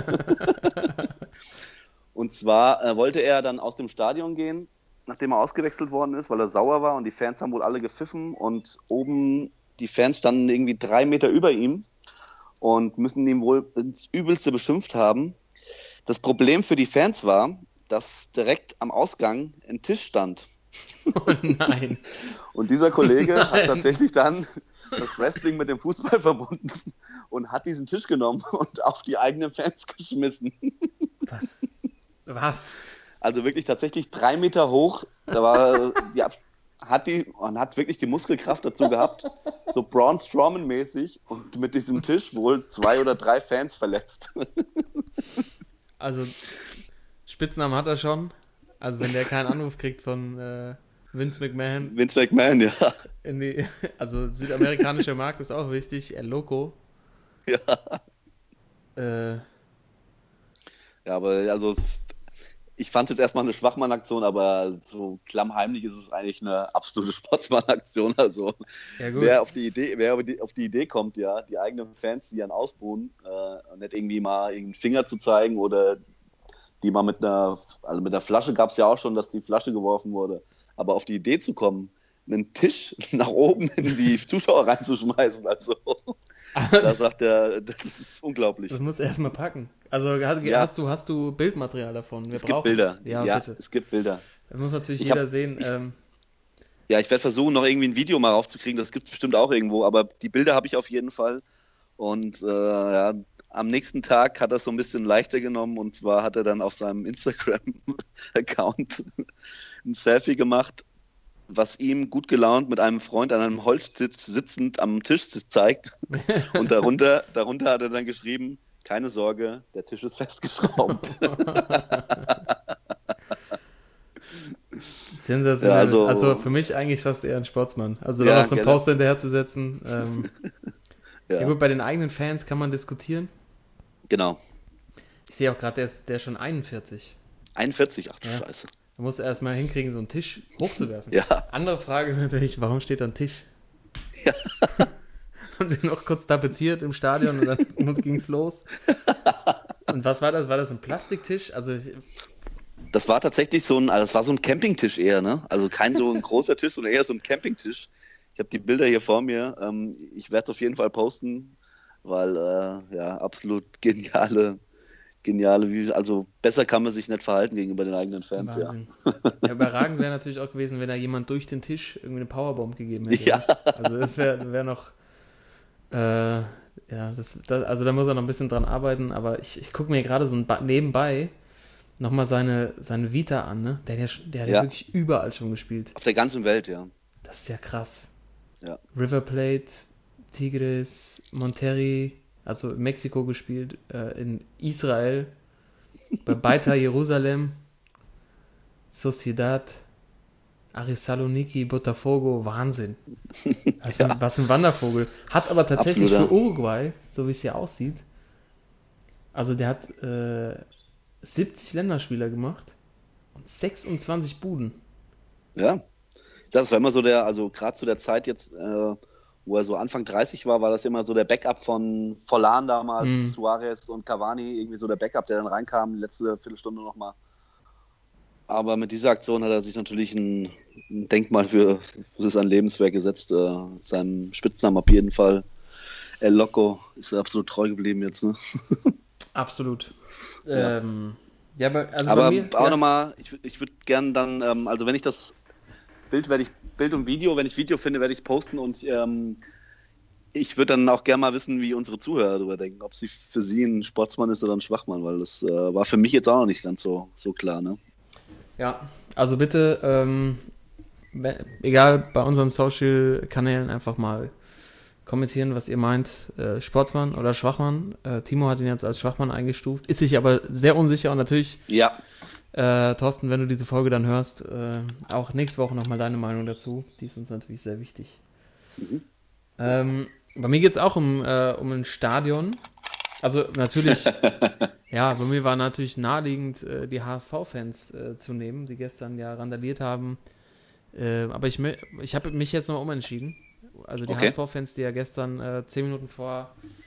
Und zwar äh, wollte er dann aus dem Stadion gehen, nachdem er ausgewechselt worden ist, weil er sauer war und die Fans haben wohl alle gepfiffen und oben die Fans standen irgendwie drei Meter über ihm und müssen ihn wohl ins Übelste beschimpft haben. Das Problem für die Fans war, dass direkt am Ausgang ein Tisch stand. Oh nein. Und dieser Kollege Nein. hat tatsächlich dann das Wrestling mit dem Fußball verbunden und hat diesen Tisch genommen und auf die eigenen Fans geschmissen. Was? Was? Also wirklich tatsächlich drei Meter hoch. Da war die Ab- hat die und hat wirklich die Muskelkraft dazu gehabt, so Braun Strowman mäßig, und mit diesem Tisch wohl zwei oder drei Fans verletzt. Also, Spitznamen hat er schon. Also, wenn der keinen Anruf kriegt von äh, Vince McMahon, Vince McMahon, ja. in die, also südamerikanischer Markt ist auch wichtig, El Loco. Ja. Äh, Ja, aber also ich fand es erstmal eine Schwachmann-Aktion, aber so klammheimlich ist es eigentlich eine absolute Sportsmann-Aktion. Also ja gut. wer auf die Idee, wer auf die, auf die Idee kommt, ja, die eigenen Fans, die dann ausbuhen, äh, nicht irgendwie mal irgendeinen Finger zu zeigen oder die mal mit einer, also mit einer Flasche gab es ja auch schon, dass die Flasche geworfen wurde, aber auf die Idee zu kommen, einen Tisch nach oben in die Zuschauer reinzuschmeißen, also da sagt er, das ist unglaublich. Das muss er erstmal packen. Also hast, Ja. hast, du, hast du Bildmaterial davon? Wir Es gibt brauchen Bilder, es. Ja, ja, bitte. es gibt Bilder. Das muss natürlich Ich jeder hab- sehen. ich- Ähm, Ja, ich werde versuchen, noch irgendwie ein Video mal raufzukriegen. Das gibt es bestimmt auch irgendwo. Aber die Bilder habe ich auf jeden Fall. Und äh, ja, am nächsten Tag hat er es so ein bisschen leichter genommen. Und zwar hat er dann auf seinem Instagram-Account ein Selfie gemacht, was ihm gut gelaunt mit einem Freund an einem Holztisch sitzend am Tisch zeigt. Und darunter, darunter hat er dann geschrieben, keine Sorge, der Tisch ist festgeschraubt. sensationell. Ja, also, also- für mich eigentlich fast eher ein Sportsmann. Also Ja, da noch so ein genau. Poster hinterher zu setzen. Ähm, ja. Ja, gut, bei den eigenen Fans kann man diskutieren. genau. Ich sehe auch gerade, der ist, der ist schon einundvierzig. einundvierzig, ach du Ja. Scheiße. Da muss er erstmal hinkriegen, so einen Tisch hochzuwerfen. Ja. Andere Frage ist natürlich, warum steht da ein Tisch? Ja. Haben sie noch kurz tapeziert im Stadion und dann ging es los. Und was war das? War das ein Plastiktisch? Also ich, Das war tatsächlich so ein, also das war so ein Campingtisch eher, ne? Also kein so ein großer Tisch, sondern eher so ein Campingtisch. Ich habe die Bilder hier vor mir. Ähm, ich werde es auf jeden Fall posten, weil äh, ja, absolut geniale, geniale, Views. Also besser kann man sich nicht verhalten gegenüber den eigenen Fans, ja. Wahnsinn. Ja, überragend wäre natürlich auch gewesen, wenn da jemand durch den Tisch irgendwie eine Powerbomb gegeben hätte. Ja. Also das wäre wär noch, äh, ja, das, das, also da muss er noch ein bisschen dran arbeiten, aber ich, ich gucke mir gerade so ein ba- nebenbei nochmal seine, seine Vita an, ne? Der, hat ja sch- der hat ja Ja. wirklich überall schon gespielt. Auf der ganzen Welt, ja. Das ist ja krass. Ja. River Plate, Tigres, Monterrey, also in Mexiko gespielt, äh, in Israel, bei Beitar Jerusalem, Sociedad, Arisaloniki, Botafogo, Wahnsinn. Was, Ja. ein, was ein Wandervogel. Hat aber tatsächlich Absolut, für ja. Uruguay, so wie es hier aussieht, also der hat äh, siebzig Länderspieler gemacht und sechsundzwanzig Buden. Ja. Ich sag, das war immer so der, also gerade zu der Zeit jetzt, äh, wo er so Anfang dreißig war, war das immer so der Backup von Forlan damals, Mhm. Suarez und Cavani, irgendwie so der Backup, der dann reinkam, die letzte Viertelstunde nochmal. Aber mit dieser Aktion hat er sich natürlich ein, ein Denkmal für, für sein Lebenswerk gesetzt. Äh, seinem Spitznamen auf jeden Fall. El Loco ist er absolut treu geblieben jetzt. Ne? Absolut. Ja. Ähm, ja, aber, also Aber bei mir, auch ja, nochmal, ich, würd- ich würde gern dann, ähm, also wenn ich das Bild, werde ich Bild und Video, wenn ich Video finde, werde ich es posten und ähm, ich würde dann auch gerne mal wissen, wie unsere Zuhörer darüber denken, ob sie für sie ein Sportsmann ist oder ein Schwachmann, weil das äh, war für mich jetzt auch noch nicht ganz so, so klar. Ne? ja, also bitte, ähm, we- egal, bei unseren Social-Kanälen einfach mal kommentieren, was ihr meint, äh, Sportsmann oder Schwachmann. Äh, Timo hat ihn jetzt als Schwachmann eingestuft, ist sich aber sehr unsicher und natürlich, Ja, äh, Thorsten, wenn du diese Folge dann hörst, äh, auch nächste Woche nochmal deine Meinung dazu, die ist uns natürlich sehr wichtig. Mhm. Ähm, bei mir geht es auch um, äh, um ein Stadion. Also natürlich, ja, bei mir war natürlich naheliegend, äh, die H S V-Fans äh, zu nehmen, die gestern ja randaliert haben. Äh, aber ich, mö- ich habe mich jetzt noch umentschieden also die Okay. H S V-Fans, die ja gestern äh, zehn Minuten vor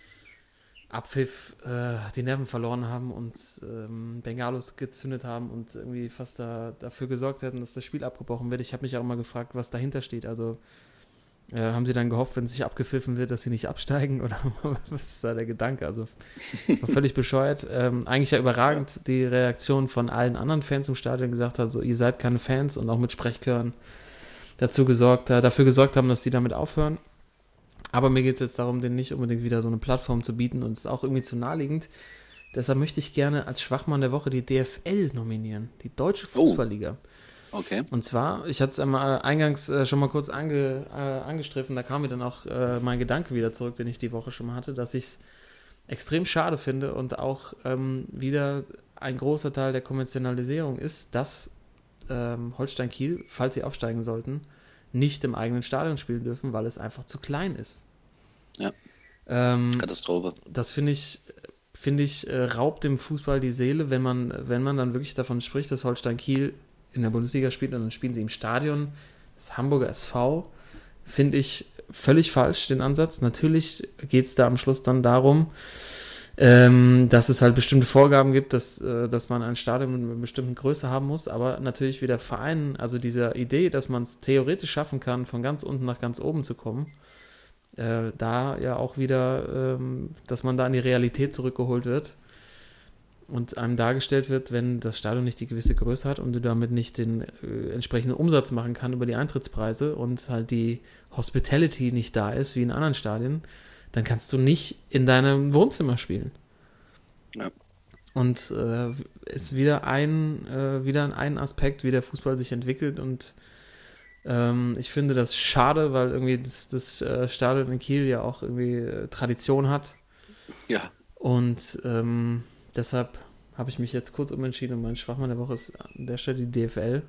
Abpfiff äh, die Nerven verloren haben und ähm, Bengalos gezündet haben und irgendwie fast da, dafür gesorgt hätten, dass das Spiel abgebrochen wird. Ich habe mich auch immer gefragt, was dahinter steht. Also äh, haben sie dann gehofft, wenn sich abgepfiffen wird, dass sie nicht absteigen oder was ist da der Gedanke? Also war völlig bescheuert. Ähm, eigentlich ja überragend die Reaktion von allen anderen Fans im Stadion, gesagt hat, so ihr seid keine Fans und auch mit Sprechchören dazu gesorgt, äh, dafür gesorgt haben, dass die damit aufhören. Aber mir geht es jetzt darum, denen nicht unbedingt wieder so eine Plattform zu bieten und es ist auch irgendwie zu naheliegend. Deshalb möchte ich gerne als Schwachmann der Woche die D F L nominieren, die Deutsche Fußballliga. Okay. Und zwar, ich hatte es einmal eingangs äh, schon mal kurz ange, äh, angestriffen, da kam mir dann auch äh, mein Gedanke wieder zurück, den ich die Woche schon mal hatte, dass ich es extrem schade finde und auch ähm, wieder ein großer Teil der Kommerzialisierung ist, dass ähm, Holstein Kiel, falls sie aufsteigen sollten, nicht im eigenen Stadion spielen dürfen, weil es einfach zu klein ist. Ja. Ähm, Katastrophe. das finde ich, finde ich, äh, raubt dem Fußball die Seele, wenn man, wenn man dann wirklich davon spricht, dass Holstein Kiel in der Bundesliga spielt und dann spielen sie im Stadion des Hamburger S V, finde ich völlig falsch, den Ansatz. Natürlich geht es da am Schluss dann darum, ähm, dass es halt bestimmte Vorgaben gibt, dass, äh, dass man ein Stadion mit einer bestimmten Größe haben muss, aber natürlich wieder Vereinen, also dieser Idee, dass man es theoretisch schaffen kann, von ganz unten nach ganz oben zu kommen, äh, da ja auch wieder, ähm, dass man da in die Realität zurückgeholt wird und einem dargestellt wird, wenn das Stadion nicht die gewisse Größe hat und du damit nicht den äh, entsprechenden Umsatz machen kannst über die Eintrittspreise und halt die Hospitality nicht da ist, wie in anderen Stadien, dann kannst du nicht in deinem Wohnzimmer spielen. Ja. Und äh, ist wieder ein, äh, wieder ein Aspekt, wie der Fußball sich entwickelt und ähm, ich finde das schade, weil irgendwie das, das äh, Stadion in Kiel ja auch irgendwie äh, Tradition hat. Ja. Und ähm, deshalb habe ich mich jetzt kurz umentschieden und mein Schwachmann der Woche ist an der Stelle die D F L.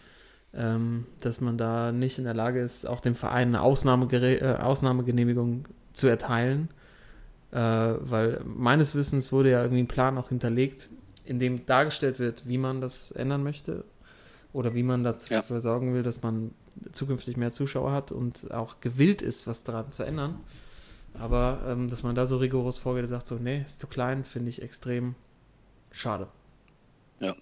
Ähm, dass man da nicht in der Lage ist, auch dem Verein eine Ausnahmegere- äh, Ausnahmegenehmigung zu erteilen, äh, weil meines Wissens wurde ja irgendwie ein Plan auch hinterlegt, in dem dargestellt wird, wie man das ändern möchte oder wie man dafür Ja. sorgen will, dass man zukünftig mehr Zuschauer hat und auch gewillt ist, was daran zu ändern. Aber ähm, dass man da so rigoros vorgeht und sagt, so, nee, ist zu klein, finde ich extrem schade. Ja,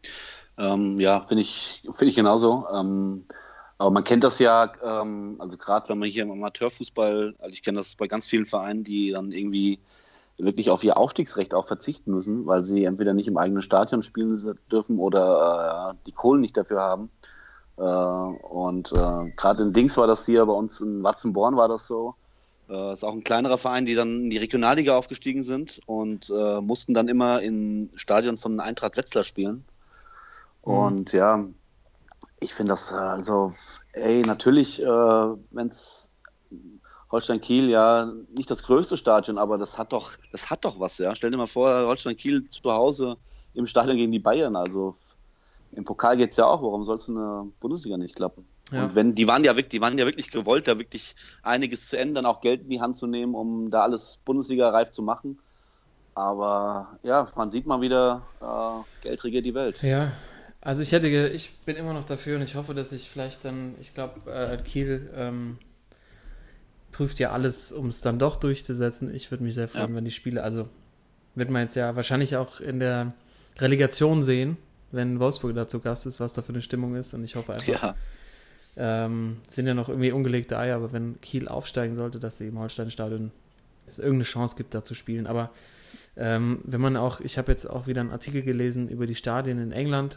ähm, ja, finde ich, finde ich genauso. Ähm, aber man kennt das ja, ähm, also gerade wenn man hier im Amateurfußball, also ich kenne das bei ganz vielen Vereinen, die dann irgendwie wirklich auf ihr Aufstiegsrecht auch verzichten müssen, weil sie entweder nicht im eigenen Stadion spielen dürfen oder äh, die Kohlen nicht dafür haben. Äh, und äh, gerade in Dings war das hier, bei uns in Watzenborn war das so. Äh, ist auch ein kleinerer Verein, die dann in die Regionalliga aufgestiegen sind und äh, mussten dann immer im Stadion von Eintracht Wetzlar spielen. Und mhm. ja, ich finde das, also, ey, natürlich, äh, wenn es Holstein Kiel, ja, nicht das größte Stadion, aber das hat doch, das hat doch was, ja. Stell dir mal vor, Holstein Kiel zu Hause im Stadion gegen die Bayern, also im Pokal geht es ja auch, warum soll es in der Bundesliga nicht klappen? Ja. Und wenn, die waren ja wirklich, die waren ja wirklich gewollt, da wirklich einiges zu ändern, auch Geld in die Hand zu nehmen, um da alles Bundesliga-reif zu machen. Aber ja, man sieht mal wieder, äh, Geld regiert die Welt. Ja, also ich hätte, ich bin immer noch dafür und ich hoffe, dass ich vielleicht dann, ich glaube, äh, Kiel ähm, prüft ja alles, um es dann doch durchzusetzen. Ich würde mich sehr freuen, ja. wenn die Spiele, also wird man jetzt ja wahrscheinlich auch in der Relegation sehen, wenn Wolfsburg da zu Gast ist, was da für eine Stimmung ist und ich hoffe einfach, ja. ähm, sind ja noch irgendwie ungelegte Eier, aber wenn Kiel aufsteigen sollte, dass sie im Holstein-Stadion es irgendeine Chance gibt, da zu spielen, aber ähm, wenn man auch, ich habe jetzt auch wieder einen Artikel gelesen über die Stadien in England,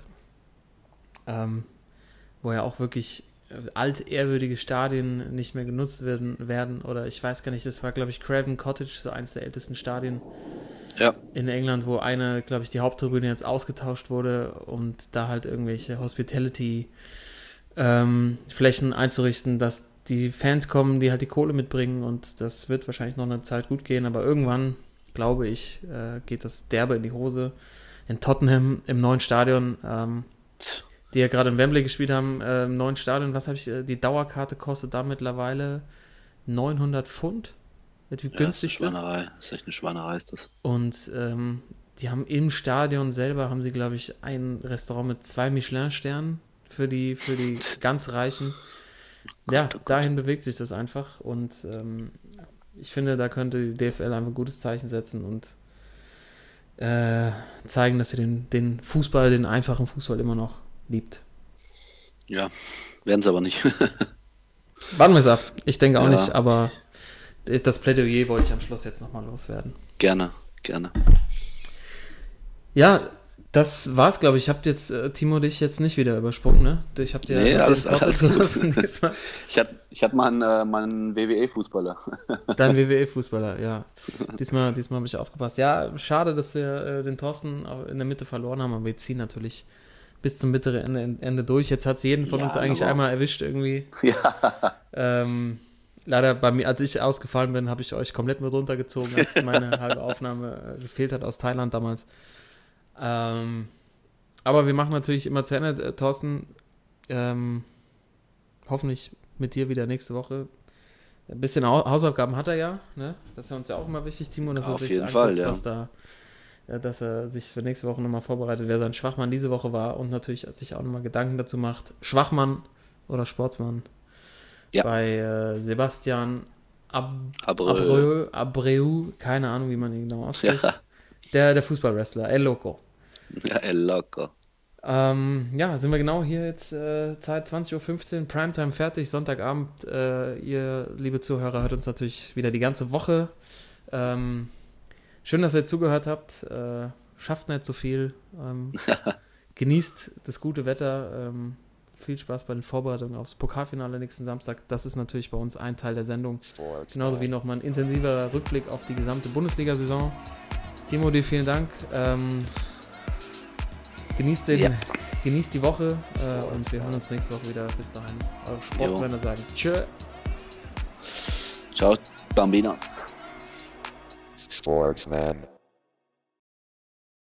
ähm, wo ja auch wirklich altehrwürdige Stadien nicht mehr genutzt werden, werden oder ich weiß gar nicht, das war glaube ich Craven Cottage, so eines der ältesten Stadien ja. in England, wo eine, glaube ich, die Haupttribüne jetzt ausgetauscht wurde und da halt irgendwelche Hospitality ähm, Flächen einzurichten, dass die Fans kommen, die halt die Kohle mitbringen und das wird wahrscheinlich noch eine Zeit gut gehen, aber irgendwann, glaube ich, äh, geht das derbe in die Hose. In Tottenham im neuen Stadion, ähm, die ja gerade in Wembley gespielt haben, äh, im neuen Stadion, was habe ich, äh, die Dauerkarte kostet da mittlerweile neunhundert Pfund. Die ja, günstigste. Das ist eine Schweinerei, das ist echt eine Schweinerei, ist das. Und ähm, die haben im Stadion selber, haben sie, glaube ich, ein Restaurant mit zwei Michelin-Sternen für die, für die ganz Reichen. ja, Gott, oh Gott. dahin bewegt sich das einfach und ähm, ich finde, da könnte die D F L einfach ein gutes Zeichen setzen und äh, zeigen, dass sie den, den Fußball, den einfachen Fußball immer noch liebt. Ja, werden sie aber nicht. Warten wir es ab. Ich denke auch Ja. nicht, aber das Plädoyer wollte ich am Schluss jetzt nochmal loswerden. Gerne, gerne. Ja, das war's, glaube ich. Ich habe jetzt, äh, Timo, dich jetzt nicht wieder übersprungen, ne? Ich habe dir Nee, den alles- Vortritt alles gut. gelassen diesmal. Ich hatte ich hatte mal einen, äh, meinen W W E-Fußballer. Dein W W E-Fußballer, ja. Diesmal, diesmal habe ich aufgepasst. Ja, schade, dass wir äh, den Thorsten auch in der Mitte verloren haben, aber wir ziehen natürlich bis zum bitteren Ende, Ende durch. Jetzt hat es jeden von Ja, uns eigentlich aber- einmal erwischt irgendwie. Ja, Ähm, leider bei mir, als ich ausgefallen bin, habe ich euch komplett mit runtergezogen, als meine halbe Aufnahme äh, gefehlt hat aus Thailand damals. Ähm, aber wir machen natürlich immer zu Ende. Äh, Thorsten, ähm, hoffentlich mit dir wieder nächste Woche. Ein bisschen Hau- Hausaufgaben hat er ja, ne? Das ist ja uns ja auch immer wichtig, Timo, dass er Auf sich jeden anguckt, Fall, ja. was da, ja, dass er sich für nächste Woche nochmal vorbereitet, wer sein Schwachmann diese Woche war und natürlich sich auch nochmal Gedanken dazu macht. Schwachmann oder Sportsmann Ja. bei äh, Sebastian Ab Abreu. Abreu, Abreu, keine Ahnung, wie man ihn genau ausspricht. Ja. Der, der Fußballwrestler, El Loco. Ja, El Loco. Ähm, ja, sind wir genau hier jetzt äh, Zeit zwanzig Uhr fünfzehn, Primetime fertig, Sonntagabend. Äh, ihr, liebe Zuhörer, hört uns natürlich wieder die ganze Woche. Ähm, schön, dass ihr zugehört habt. Äh, schafft nicht so viel. Ähm, genießt das gute Wetter. Ähm, viel Spaß bei den Vorbereitungen aufs Pokalfinale nächsten Samstag. Das ist natürlich bei uns ein Teil der Sendung. Sports Genauso wie Man. nochmal ein intensiverer Rückblick auf die gesamte Bundesliga-Saison. Timo, dir vielen Dank. Ähm, genießt, den, Ja. genießt die Woche äh, und wir hören uns nächste Woche wieder. Bis dahin. Eure Sportsmänner sagen Tschö. Ciao, Bambinos. Sportsman.